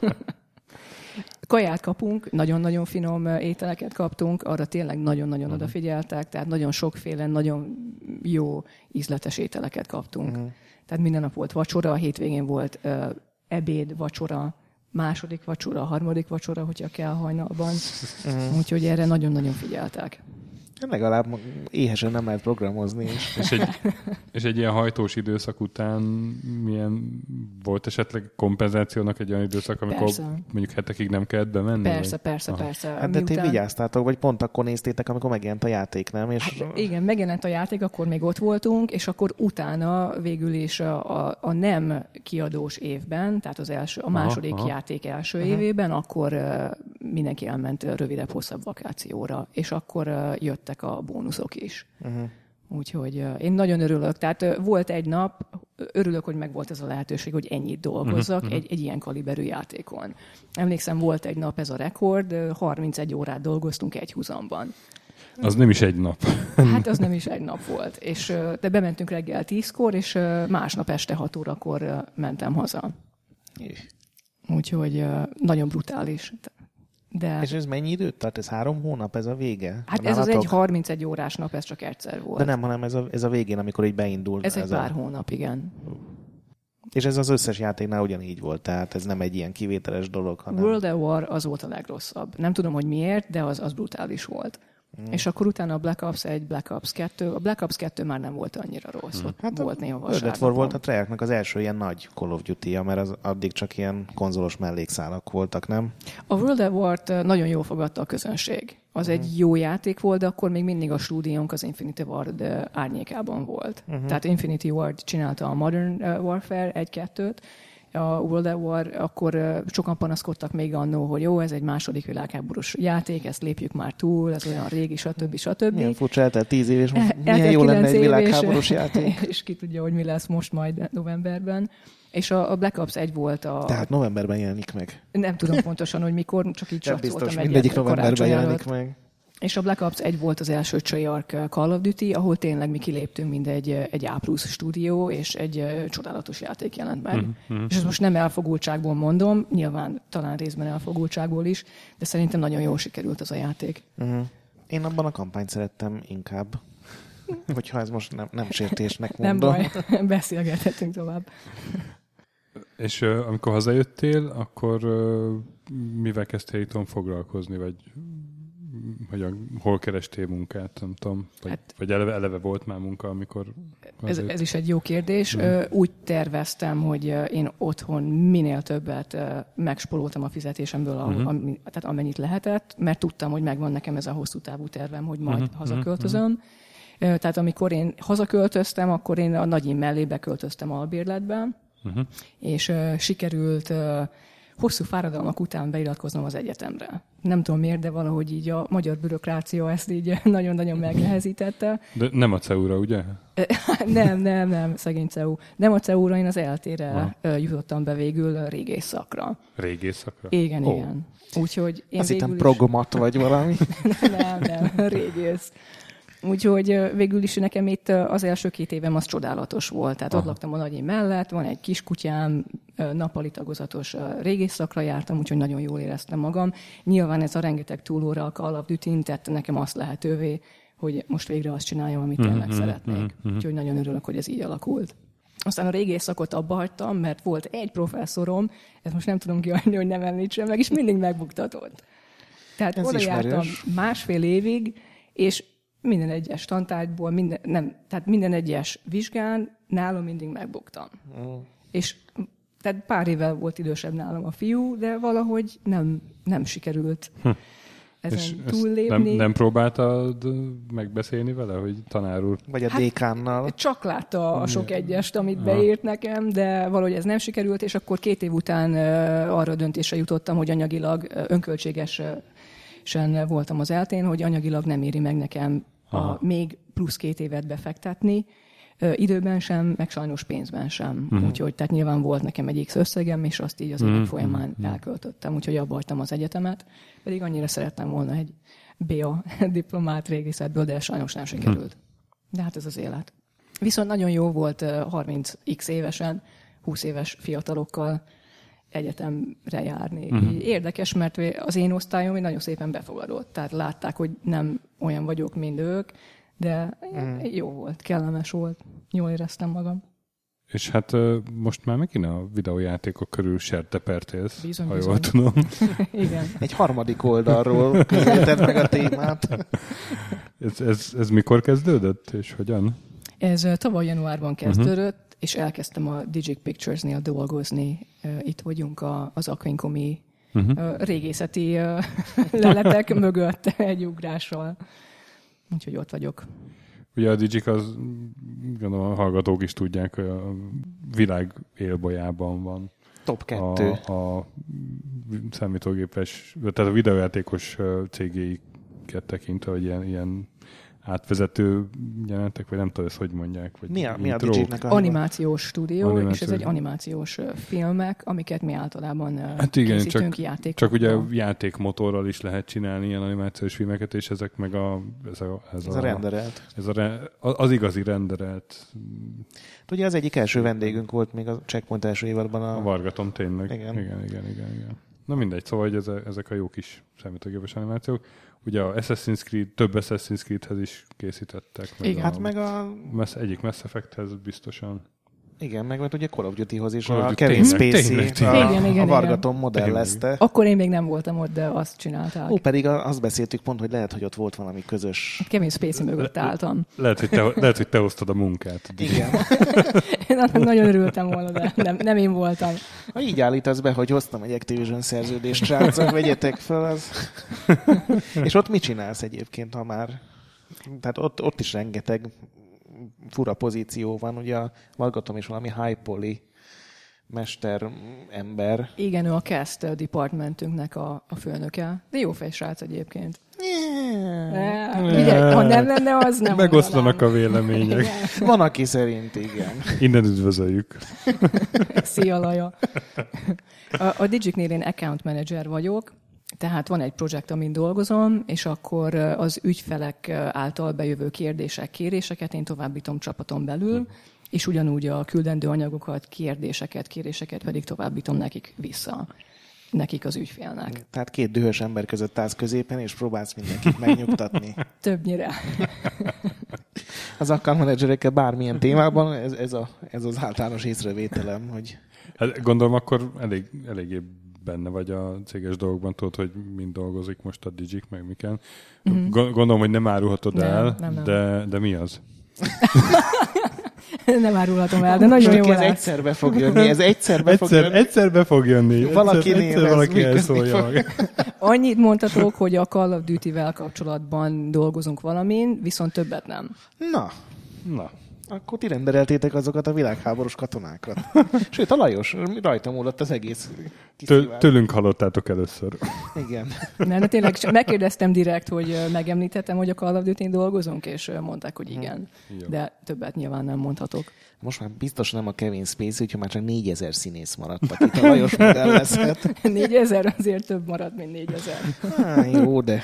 Kaját kapunk, nagyon-nagyon finom ételeket kaptunk, arra tényleg nagyon-nagyon uh-huh. odafigyeltek, tehát nagyon sokféle, nagyon jó ízletes ételeket kaptunk. Uh-huh. Tehát minden nap volt vacsora, a hétvégén volt uh, ebéd, vacsora, második vacsora, harmadik vacsora, hogyha kell hajnalban. Uh-huh. Úgyhogy erre nagyon-nagyon figyeltek. Legalább éhesen nem lehet programozni. És, és, egy, és egy ilyen hajtós időszak után milyen volt esetleg kompenzációnak egy olyan időszak, amikor persze. mondjuk hetekig nem kellett bemenni? Persze, vagy? persze, Aha. persze. Hát de ti vigyáztátok, vagy pont akkor néztétek, amikor megjelent a játék, nem? És... Hát, igen, megjelent a játék, akkor még ott voltunk, és akkor utána végül is a, a, a nem kiadós évben, tehát az első, a második aha, aha. játék első aha. évében, akkor uh, mindenki elment rövidebb, hosszabb vakációra, és akkor jöttek a bónuszok is. Uh-huh. Úgyhogy én nagyon örülök. Tehát volt egy nap, örülök, hogy megvolt ez a lehetőség, hogy ennyit dolgozzak uh-huh. egy, egy ilyen kaliberű játékon. Emlékszem, volt egy nap ez a rekord, harmincegy órát dolgoztunk egy húzamban. Az nem is egy nap. Hát az nem is egy nap volt. És, de bementünk reggel tízkor, és másnap este hat órakor mentem haza. Úgyhogy nagyon brutális. De... És ez mennyi időt tart? Ez három hónap? Ez a vége? Hát ez az egy harmincegy órás nap, ez csak egyszer volt. De nem, hanem ez a, ez a végén, amikor így beindult. Ez, ez egy pár a... hónap, igen. És ez az összes játéknál ugyanígy volt, tehát ez nem egy ilyen kivételes dolog, hanem... World at War az volt a legrosszabb. Nem tudom, hogy miért, de az, az brutális volt. Mm. És akkor utána a Black Ops egy, Black Ops kettő. A Black Ops kettő már nem volt annyira rossz. Mm. Hát volt néha vasárnapon. World at War volt a Treyarchnak az első ilyen nagy Call of Duty-ja, mert az addig csak ilyen konzolos mellékszálak voltak, nem? A World at War-t nagyon jól fogadta a közönség. Az mm. egy jó játék volt, de akkor még mindig a stúdiónk az Infinity Ward árnyékában volt. Mm-hmm. Tehát Infinity Ward csinálta a Modern Warfare egy-kettőt, a World at War, akkor sokan panaszkodtak még annó, hogy jó, ez egy második világháborús játék, ezt lépjük már túl, ez olyan régi, stb. stb. Milyen furcsa, eltelt tíz év, és most milyen jó lenne egy világháborús játék. És ki tudja, hogy mi lesz most majd novemberben. És a Black Ops egy volt a... Tehát novemberben jelenik meg. Nem tudom pontosan, hogy mikor, csak így satszoltam egyet. Biztos, mindegyik novemberben jelenik meg. És a Black Ops egy volt az első Treyarch Call of Duty, ahol tényleg mi kiléptünk, mint egy, egy A plusz stúdió, és egy csodálatos játék jelent meg. Mm-hmm. És ezt most nem elfogultságból mondom, nyilván talán részben elfogultságból is, de szerintem nagyon jól sikerült az a játék. Mm-hmm. Én abban a kampányt szerettem inkább, hogyha ez most nem, nem sértésnek mondom. Nem baj, beszélgethetünk tovább. És uh, amikor hazajöttél, akkor uh, mivel kezdtél itthon foglalkozni, vagy... hogy hol kerestél munkát, nem tudom, vagy, hát, vagy eleve, eleve volt már munka, amikor... Ez, ez is egy jó kérdés. Mm. Úgy terveztem, hogy én otthon minél többet megspololtam a fizetésemből, mm-hmm. ami, tehát amennyit lehetett, mert tudtam, hogy megvan nekem ez a hosszú távú tervem, hogy majd mm-hmm. hazaköltözöm. Mm-hmm. Tehát amikor én hazaköltöztem, akkor én a nagyim mellé beköltöztem albérletbe, mm-hmm. és uh, sikerült... Uh, hosszú fáradalmak után beiratkoznom az egyetemre. Nem tudom miért, de valahogy így a magyar bürokrácia ezt így nagyon-nagyon megnehezítette. De nem a cé e u-ra, ugye? nem, nem, nem, szegény cé e u. Nem a cé e u-ra, én az é el té-re ha. jutottam be végül régész szakra. Régész szakra? Igen, oh. igen. Úgyhogy én azt végül hittem progomat vagy valami. nem, nem, régész. Úgyhogy végül is nekem itt az első két évem az csodálatos volt. Tehát Aha. ott laktam a nagyim mellett, van egy kiskutyám, nappali tagozatos régészszakra jártam, úgyhogy nagyon jól éreztem magam. Nyilván ez a rengeteg túlóra a Call of Duty-n tett nekem azt lehetővé, hogy most végre azt csináljam, amit tényleg mm-hmm, szeretnék. Mm-hmm. Úgyhogy nagyon örülök, hogy ez így alakult. Aztán a régészszakot abba hagytam, mert volt egy professzorom, ezt most nem tudom kiadni, hogy nem említsem meg, és mindig megbuktatott. Tehát ez oda jártam másfél évig, és minden egyes tantárgyból, minden, nem, tehát minden egyes vizsgán nálam mindig megbuktam. Mm. És tehát pár évvel volt idősebb nálam a fiú, de valahogy nem, nem sikerült hm. ezen és túllépni. Nem, nem próbáltad megbeszélni vele, hogy tanár úr? Vagy a hát dékánnal? Csak látta a sok egyest, amit ha. beírt nekem, de valahogy ez nem sikerült, és akkor két év után uh, arra a döntésre jutottam, hogy anyagilag uh, önköltségesen voltam az eltén, hogy anyagilag nem éri meg nekem a még plusz két évet befektetni, időben sem, meg sajnos pénzben sem. Uh-huh. Úgyhogy tehát nyilván volt nekem egy X összegem, és azt így az évek uh-huh. folyamán uh-huh. elköltöttem, úgyhogy abba hagytam az egyetemet, pedig annyira szerettem volna egy bé á diplomát régészetből, de sajnos nem sikerült. Uh-huh. De hát ez az élet. Viszont nagyon jó volt harminc x évesen, húsz éves fiatalokkal egyetemre járni. Uh-huh. Érdekes, mert az én osztályom nagyon szépen befogadott, tehát látták, hogy nem olyan vagyok, mint ők, de uh-huh. jó volt, kellemes volt, jól éreztem magam. És hát most már megint a videójátékok körül sertepertélsz, bizony, ha bizony. jól tudom. Igen. Egy harmadik oldalról közelíted meg a témát. ez, ez, ez mikor kezdődött, és hogyan? Ez tavaly januárban kezdődött, uh-huh. és elkezdtem a Digic Pictures-nél dolgozni. Itt vagyunk az Aquincumi uh-huh. régészeti leletek mögött egy ugrással. Úgyhogy ott vagyok. Ugye a Digic az, gondolom a hallgatók is tudják, hogy a világ élbolyában van. Top kettő. A, a számítógépes, tehát a videójátékos cégéiket tekintve, hogy ilyen, ilyen átvezető jelenetek, vagy nem tudom, ezt hogy mondják. Vagy mi a, mi a Digitnek a animációs stúdió, animációs. És ez egy animációs filmek, amiket mi általában hát igen, készítünk csak, játékokban. csak ugye játékmotorral is lehet csinálni ilyen animációs filmeket, és ezek meg a... Ez a, ez ez a, a renderelt. Ez a, az igazi renderelt. Ugye az egyik első vendégünk volt még a Checkpoint első évadban. A, a Vargatom tényleg. Igen. Igen, igen, igen, igen. Na mindegy, szóval hogy ezek a jó kis számítógépes animációk. Ugye a Assassin's Creed, több Assassin's Creedhez is készítettek. Meg igen, a, hát meg a... Mass, egyik Mass Effecthez biztosan. Igen, meg mert ugye Call of Duty-hoz is Call a Duty, Kevin tényleg, Spacey tényleg, tényleg. a, Igen, igen, a Vargatom igen. modellezte. Akkor én még nem voltam ott, de azt csinálták. Ó, pedig azt beszéltük pont, hogy lehet, hogy ott volt valami közös... Kevin Spacey mögött álltam. Lehet, hogy te, lehet, hogy te hoztad a munkát. Igen. Én annak nagyon örültem volna, de nem, nem én voltam. Ha így állítasz be, hogy hoztam egy Activision szerződést, srácok, vegyetek fel, az... És ott mit csinálsz egyébként, ha már... Tehát ott, ott is rengeteg fura pozíció van, ugye a Vargatom is valami high poly mester ember. Igen, ő a cast departmentünknek a, a főnöke. De jó fejsrác egyébként. Yeah. Ugye, ha nem lenne, az nem Megoszlanak a vélemények. Van, aki szerint igen. Innen üdvözöljük. Szia, Laja. A, a Digiknél én account manager vagyok, tehát van egy projekt, amin dolgozom, és akkor az ügyfelek által bejövő kérdések, kéréseket én továbbítom csapaton belül, és ugyanúgy a küldendő anyagokat, kérdéseket, kéréseket pedig továbbítom nekik vissza. Nekik az ügyfélnek. Tehát két dühös ember között állsz középen, és próbálsz mindenkit megnyugtatni. Többnyire. Az account managerekkel bármilyen témában ez, ez, a, ez az általános észrevételem, hogy... Hát gondolom akkor elég, eléggé benne vagy a céges dolgokban, tudod, hogy mind dolgozik most a Digik, meg miken. Mm-hmm. Gondolom, hogy nem árulhatod nem, el, nem, nem. De, de mi az? Nem árulhatom el, de nagyon jó ez lesz. egyszer be fog jönni, ez egyszer be egyszer, fog jönni. Egyszer be fog jönni. Valakinél egyszer, egyszer valaki elszólja meg. Annyit mondhatok, hogy a Call of Duty-vel kapcsolatban dolgozunk valamin, viszont többet nem. Na. Na. Akkor ti rendereltétek azokat a világháborús katonákat. Sőt, a Lajos, rajta múlott az egész Tő, Tőlünk hallottátok először. Igen. Nem, de tényleg megkérdeztem direkt, hogy megemlítettem, hogy a Call of Duty-n dolgozunk, és mondták, hogy igen. Hmm. De többet nyilván nem mondhatok. Most már biztos nem a Kevin Spacey, úgyhogy már csak négyezer színész maradt, akit a Lajos modellezhet. négyezer azért több maradt, mint négyezer. Há, jó, de...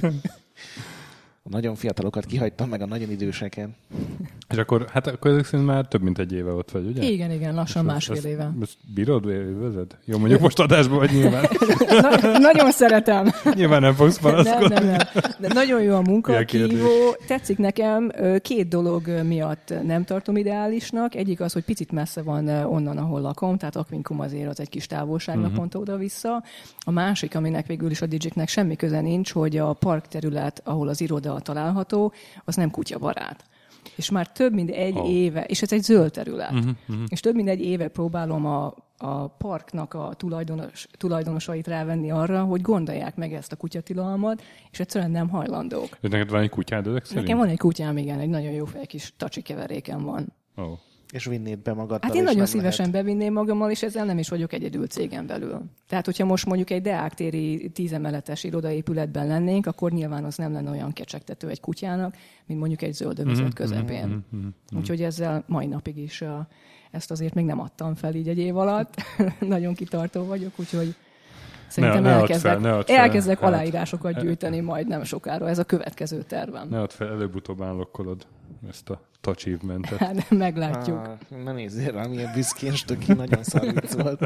A nagyon fiatalokat kihagytam, meg a nagyon időseket. És akkor, hát akkor ezek szerint már több mint egy éve ott vagy, ugye? Igen, igen, lassan most másfél éve. Most bírod, élvezed? Jó, mondjuk most adásban vagy nyilván. Na, nagyon szeretem. Nyilván nem fogsz panaszkodni. Nem, nem, nem. De nagyon jó a munka, kívó. Tetszik nekem, két dolog miatt nem tartom ideálisnak. Egyik az, hogy picit messze van onnan, ahol lakom, tehát Aquincum azért az egy kis távolság uh-huh. naponta oda-vissza. A másik, aminek végül is a Digiknek semmi köze nincs, hogy a parkterület, ahol az iroda található, az nem kutyabarát. És már több mint egy oh. éve, és ez egy zöld terület, uh-huh, uh-huh. és több mint egy éve próbálom a, a parknak a tulajdonos, tulajdonosait rávenni arra, hogy gondolják meg ezt a kutyatilalmat, és egyszerűen nem hajlandók. És neked van egy kutyád ezek szerint? Nekem van egy kutyám, igen, egy nagyon jó fej kis tacsi keverékem van. Oh. És vinnéd be magaddal. Hát én nagyon szívesen lehet. bevinném magammal, és ezzel nem is vagyok egyedül cégen belül. Tehát, hogyha most mondjuk egy Deák téri tízemeletes irodaépületben lennénk, akkor nyilván az nem lenne olyan kecsegtető egy kutyának, mint mondjuk egy zöld övezet mm-hmm, közepén. Mm-hmm, mm-hmm. Úgyhogy ezzel mai napig is uh, ezt azért még nem adtam fel így egy év alatt. Nagyon kitartó vagyok, úgyhogy szerintem ne, ne elkezdek, fel, ne fel. elkezdek hát, aláírásokat gyűjteni majd nem sokára. Ez a következő tervem. Ne add fel, előbb-utóbb állokkolod ezt a achievementet. Hát, meglátjuk. Ah, ne nézzél rá, milyen büszkén stöki, nagyon szar vicc volt.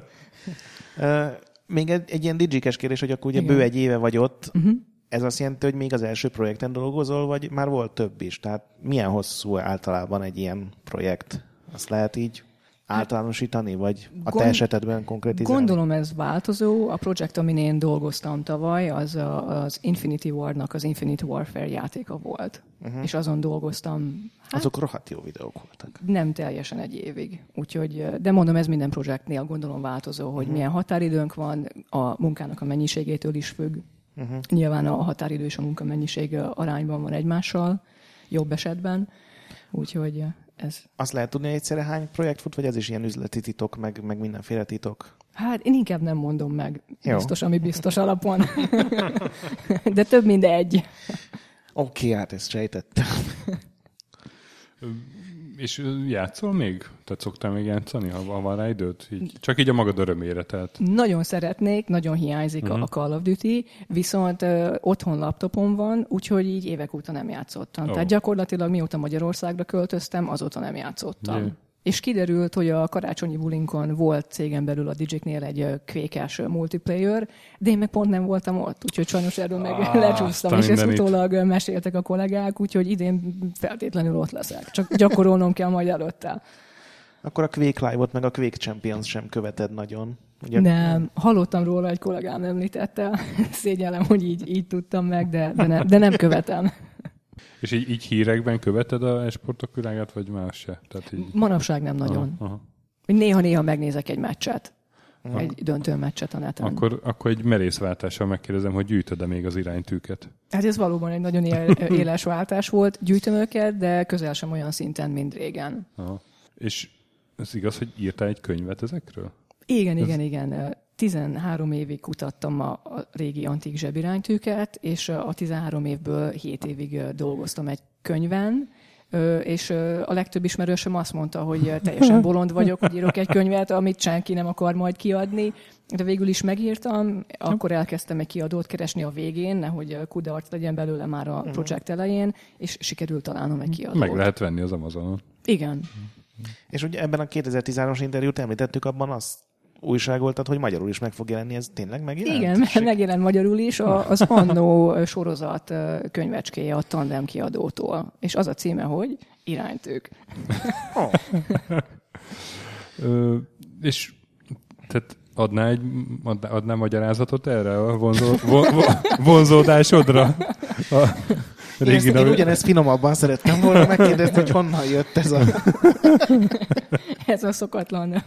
Uh, még egy, egy ilyen digikes kérdés, hogy akkor ugye igen. bő egy éve vagy ott. Uh-huh. Ez azt jelenti, hogy még az első projekten dolgozol, vagy már volt több is? Tehát milyen hosszú általában egy ilyen projekt? Azt lehet így általánosítani, vagy a te esetedben konkrétizálni? Gondolom ez változó. A projekt, amin én dolgoztam tavaly, az a, az Infinity War-nak az Infinite Warfare játéka volt. Uh-huh. És azon dolgoztam. Hát, azok rohadt jó videók voltak. Nem teljesen egy évig. Úgyhogy, de mondom, ez minden projektnél gondolom változó, hogy uh-huh. milyen határidőnk van, a munkának a mennyiségétől is függ. Uh-huh. Nyilván a határidő és a munkamennyiség arányban van egymással, jobb esetben. Úgyhogy ez... Azt lehet tudni, hogy egyszerre hány projekt fut, vagy ez is ilyen üzleti titok, meg, meg mindenféle titok? Hát én inkább nem mondom meg. Jó. Biztos, ami biztos alapon. De több mint egy. Oké, okay, hát ezt sejtettem. És játszol még? Tehát szoktál még játszani, ha, ha van rá időt? Így, csak így a magad örömére, tehát. Nagyon szeretnék, nagyon hiányzik uh-huh. a Call of Duty, viszont ö, otthon laptopom van, úgyhogy így évek óta nem játszottam. Oh. Tehát gyakorlatilag mióta Magyarországra költöztem, azóta nem játszottam. Yeah. És kiderült, hogy a karácsonyi bulinkon volt cégen belül a Digiknél egy kvékás multiplayer, de én meg pont nem voltam ott, úgyhogy sajnos erről meg ah, lecsúsztam, és ezt utólag meséltek a kollégák, úgyhogy idén feltétlenül ott leszek. Csak gyakorolnom kell majd előtte. Akkor a Quake Live-ot meg a Quake Champions sem követed nagyon. Ugye? Nem, hallottam róla, egy kollégám említette. Szégyellem, hogy így, így tudtam meg, de, de, ne, de nem követem. És így, így hírekben követed a esportok világát, vagy más se? Tehát így... Manapság nem nagyon. Aha, aha. Néha-néha megnézek egy meccset. Aha. Egy döntő meccset a neten. Akkor, akkor egy merészváltással megkérdezem, hogy gyűjtöd-e még az iránytűket? Hát ez valóban egy nagyon él, éles váltás volt. Gyűjtöm őket, de közel sem olyan szinten, mint régen. Aha. És ez igaz, hogy írtál egy könyvet ezekről? Igen, ez... igen, igen. tizenhárom évig kutattam a, a régi antik zsebiránytűket, és a tizenhárom évből hét évig dolgoztam egy könyven, és a legtöbb ismerősöm azt mondta, hogy teljesen bolond vagyok, hogy írok egy könyvet, amit senki nem akar majd kiadni, de végül is megírtam, akkor elkezdtem egy kiadót keresni a végén, nehogy kudarc legyen belőle már a projekt elején, és sikerült találnom egy kiadót. Meg lehet venni az Amazonon. Igen. És ugye ebben a kétezer-tizenhármas interjút említettük, abban azt újságoltad, hogy magyarul is meg fog jelenni, ez tényleg megjelent? Igen, mert megjelent magyarul is az Annó sorozat könyvecskéje a Tandem kiadótól. És az a címe, hogy Iránytűk. Oh. Ö, és tehát adná egy, adná, adná magyarázatot erre a vonzó, von, vonzódásodra? A én, ezt, én ugyanezt finomabban szerettem volna megkérdezni, hogy honnan jött ez a... ez a szokatlan.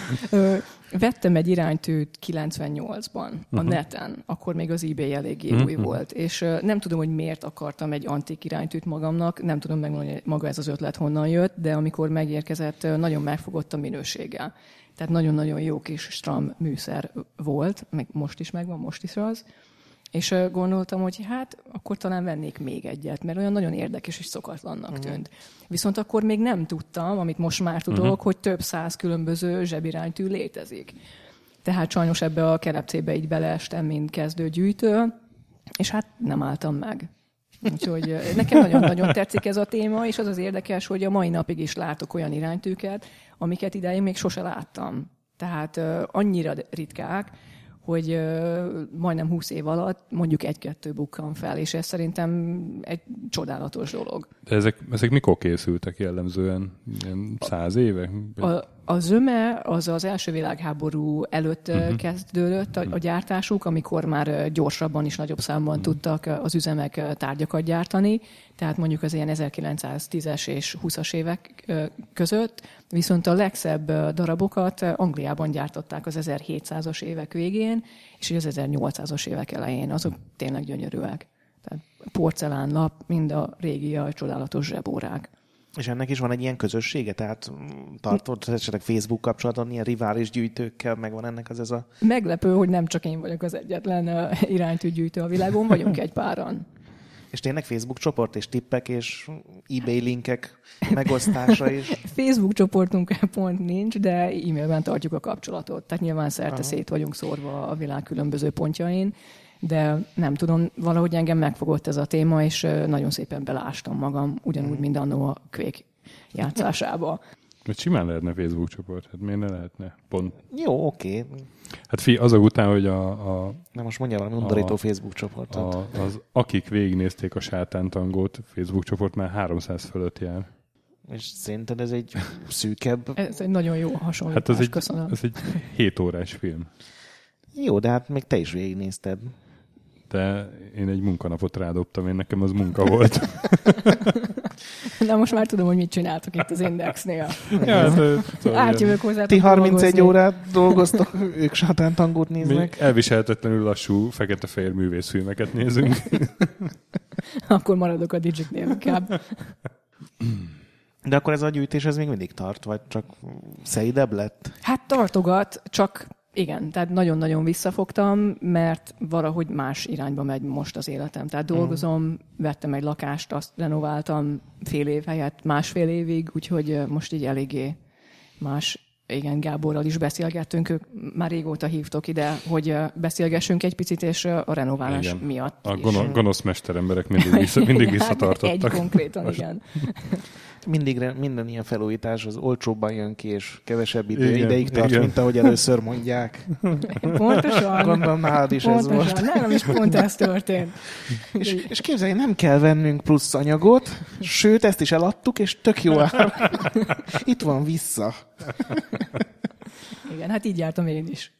Vettem egy iránytűt kilencvennyolcban a uh-huh. neten, akkor még az eBay eléggé uh-huh. új volt, és nem tudom, hogy miért akartam egy antik iránytűt magamnak, nem tudom megmondani, hogy maga ez az ötlet honnan jött, de amikor megérkezett, nagyon megfogott a minőséggel. Tehát nagyon-nagyon jó kis stram műszer volt, meg most is megvan, most is az. És gondoltam, hogy hát akkor talán vennék még egyet, mert olyan nagyon érdekes és szokatlannak uh-huh. tűnt. Viszont akkor még nem tudtam, amit most már tudok, uh-huh. hogy több száz különböző zsebiránytű létezik. Tehát sajnos ebbe a kelepcébe így beleestem, mint kezdőgyűjtő, és hát nem álltam meg. Úgyhogy nekem nagyon-nagyon tetszik ez a téma, és az az érdekes, hogy a mai napig is látok olyan iránytűket, amiket idáig még sose láttam. Tehát uh, annyira ritkák, hogy uh, majdnem húsz év alatt mondjuk egy-kettő bukkan fel, és ez szerintem egy csodálatos dolog. De ezek, ezek mikor készültek jellemzően? Ilyen száz éve? A, a zöme az az első világháború előtt uh-huh. kezdődött a, a gyártásuk, amikor már gyorsabban és nagyobb számban uh-huh. tudtak az üzemek tárgyakat gyártani, tehát mondjuk az ilyen ezerkilencszáztízes és húszas évek között, viszont a legszebb darabokat Angliában gyártották az ezerhétszázas évek végén, és az ezernyolcszázas évek elején. Azok tényleg gyönyörűek. Tehát porcelánlap, mind a régi, a csodálatos zsebórák. És ennek is van egy ilyen közössége? Tehát tartott esetleg Facebook kapcsolaton ilyen rivális gyűjtőkkel megvan ennek az ez a... Meglepő, hogy nem csak én vagyok az egyetlen iránytűgyűjtő a világon, vagyunk egy páran. És tényleg Facebook csoport és tippek és eBay linkek megosztása is? Facebook csoportunk pont nincs, de e-mailben tartjuk a kapcsolatot. Tehát nyilván szerte Aha. szét vagyunk szórva a világ különböző pontjain, de nem tudom, valahogy engem megfogott ez a téma, és nagyon szépen belástam magam, ugyanúgy, mint annó a Quake játszásába. Mert simán lehetne Facebook csoport, hát miért ne lehetne? Pont. Jó, oké. Okay. Hát fi, azok után, hogy a... a Na most mondja valami undorító Facebook csoportot. A, az, akik végignézték a sátántangót, Facebook csoport már háromszáz fölött jár. És szerinted ez egy szűkebb... Ez egy nagyon jó hasonlítás, hát ez egy, köszönöm. Ez egy hét órás film. Jó, de hát még te is végignézted. De én egy munkanapot rádobtam, én nekem az munka volt. Na most már tudom, hogy mit csináltok itt az Indexnél. Ja, hát, átjövök hozzátok. Ti harmincegy órát dolgoztok, ők sátántangót néznek. Mi elviselhetetlenül lassú, fekete-fehér művészfilmeket nézünk. Akkor maradok a Digiknél inkább. De akkor ez a gyűjtés ez még mindig tart, vagy csak szeidebb lett? Hát tartogat, csak Igen, tehát nagyon-nagyon visszafogtam, mert valahogy más irányba megy most az életem. Tehát dolgozom, mm. vettem egy lakást, azt renováltam fél év helyett másfél évig, úgyhogy most így eléggé más. Igen, Gáborral is beszélgettünk, ők már régóta hívtok ide, hogy beszélgessünk egy picit, és a renoválás igen. miatt. A gono- gonosz mesteremberek mindig, vissza, mindig visszatartottak. Egy konkrétan, most. Igen. Mindig, minden ilyen felújítás az olcsóbban jön ki, és kevesebb idő, igen, ideig tart, igen. mint ahogy először mondják. Pontosan. Gondolom nálad is Pontosan. ez volt. Nálam is pont ez történt. és, és képzelj, nem kell vennünk plusz anyagot, sőt, ezt is eladtuk, és tök jó ár. Itt van vissza. Igen, hát így jártam én is.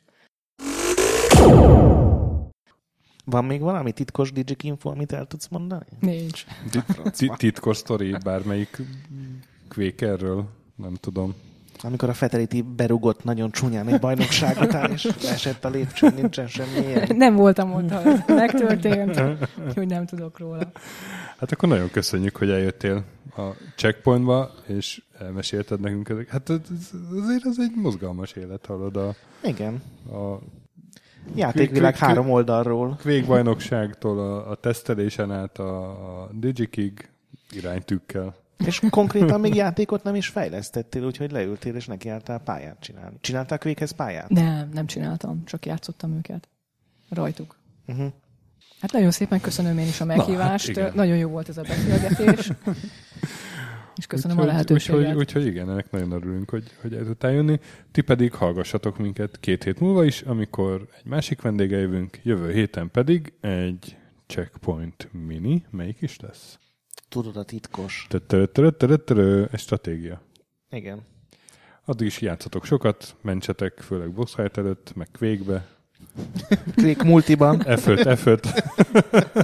Van még valami titkos DigiKinfo, amit el tudsz mondani? Nincs. Titkos sztori bármelyik Quakerről? Nem tudom. Amikor a Fatality berugott nagyon csúnyán egy bajnokság után, és leesett a lépcsőn, nincsen semmi ilyen. Nem voltam ott, ha ez megtörtént, hogy nem tudok róla. Hát akkor nagyon köszönjük, hogy eljöttél a Checkpointba, és elmesélted nekünk ezek. Hát azért ez egy mozgalmas élet, hallod a... Igen. A játékvilág Quake, három oldalról. Quake bajnokságtól a, a tesztelésen át a, a Digikig iránytűkkel. És konkrétan még játékot nem is fejlesztettél, úgyhogy leültél és nekiálltál pályát csinálni. Csináltál Quakehez pályát? Nem, nem csináltam, csak játszottam őket. Rajtuk. Uh-huh. Hát nagyon szépen köszönöm én is a meghívást. Na, hát nagyon jó volt ez a beszélgetés. És köszönöm úgy, a lehetőséget. Úgyhogy, úgyhogy igen, ennek nagyon örülünk, hogy, hogy ezután jönni. Ti pedig hallgassatok minket két hét múlva is, amikor egy másik vendége jövünk, jövő héten pedig egy Checkpoint mini. Melyik is lesz? Tudod, a titkos. Egy stratégia. Igen. Addig is játszatok sokat, mentsetek, főleg boss fight előtt, meg Quake-be. Quake multiban. F öt, F öt.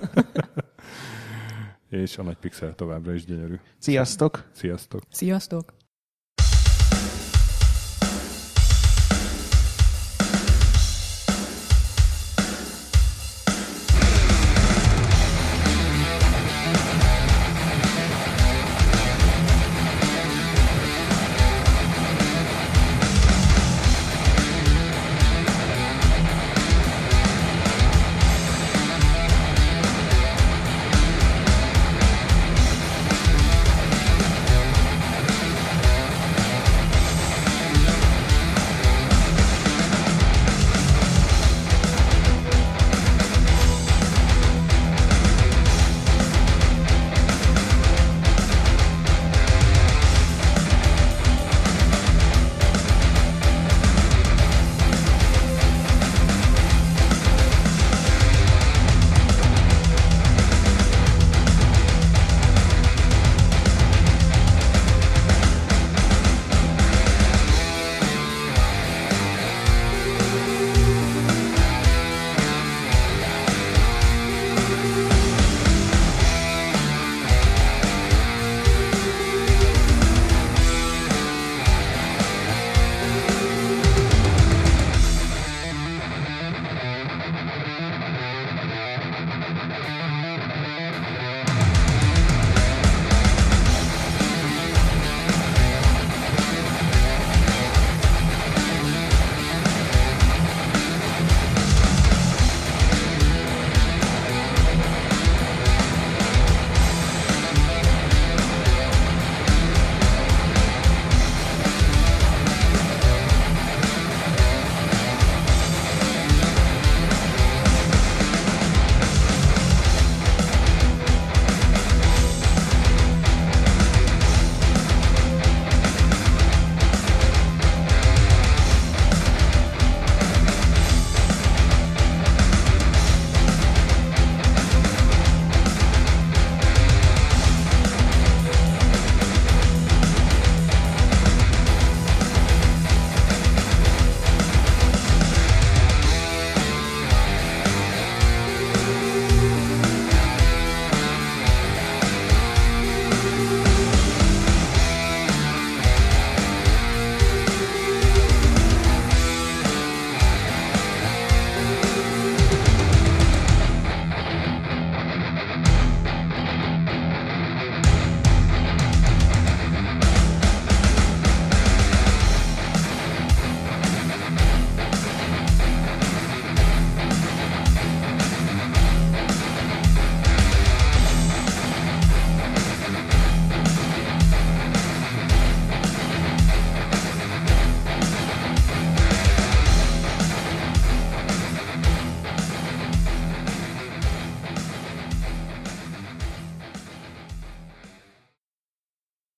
És a nagy pixel továbbra is gyönyörű. Sziasztok! Sziasztok! Sziasztok!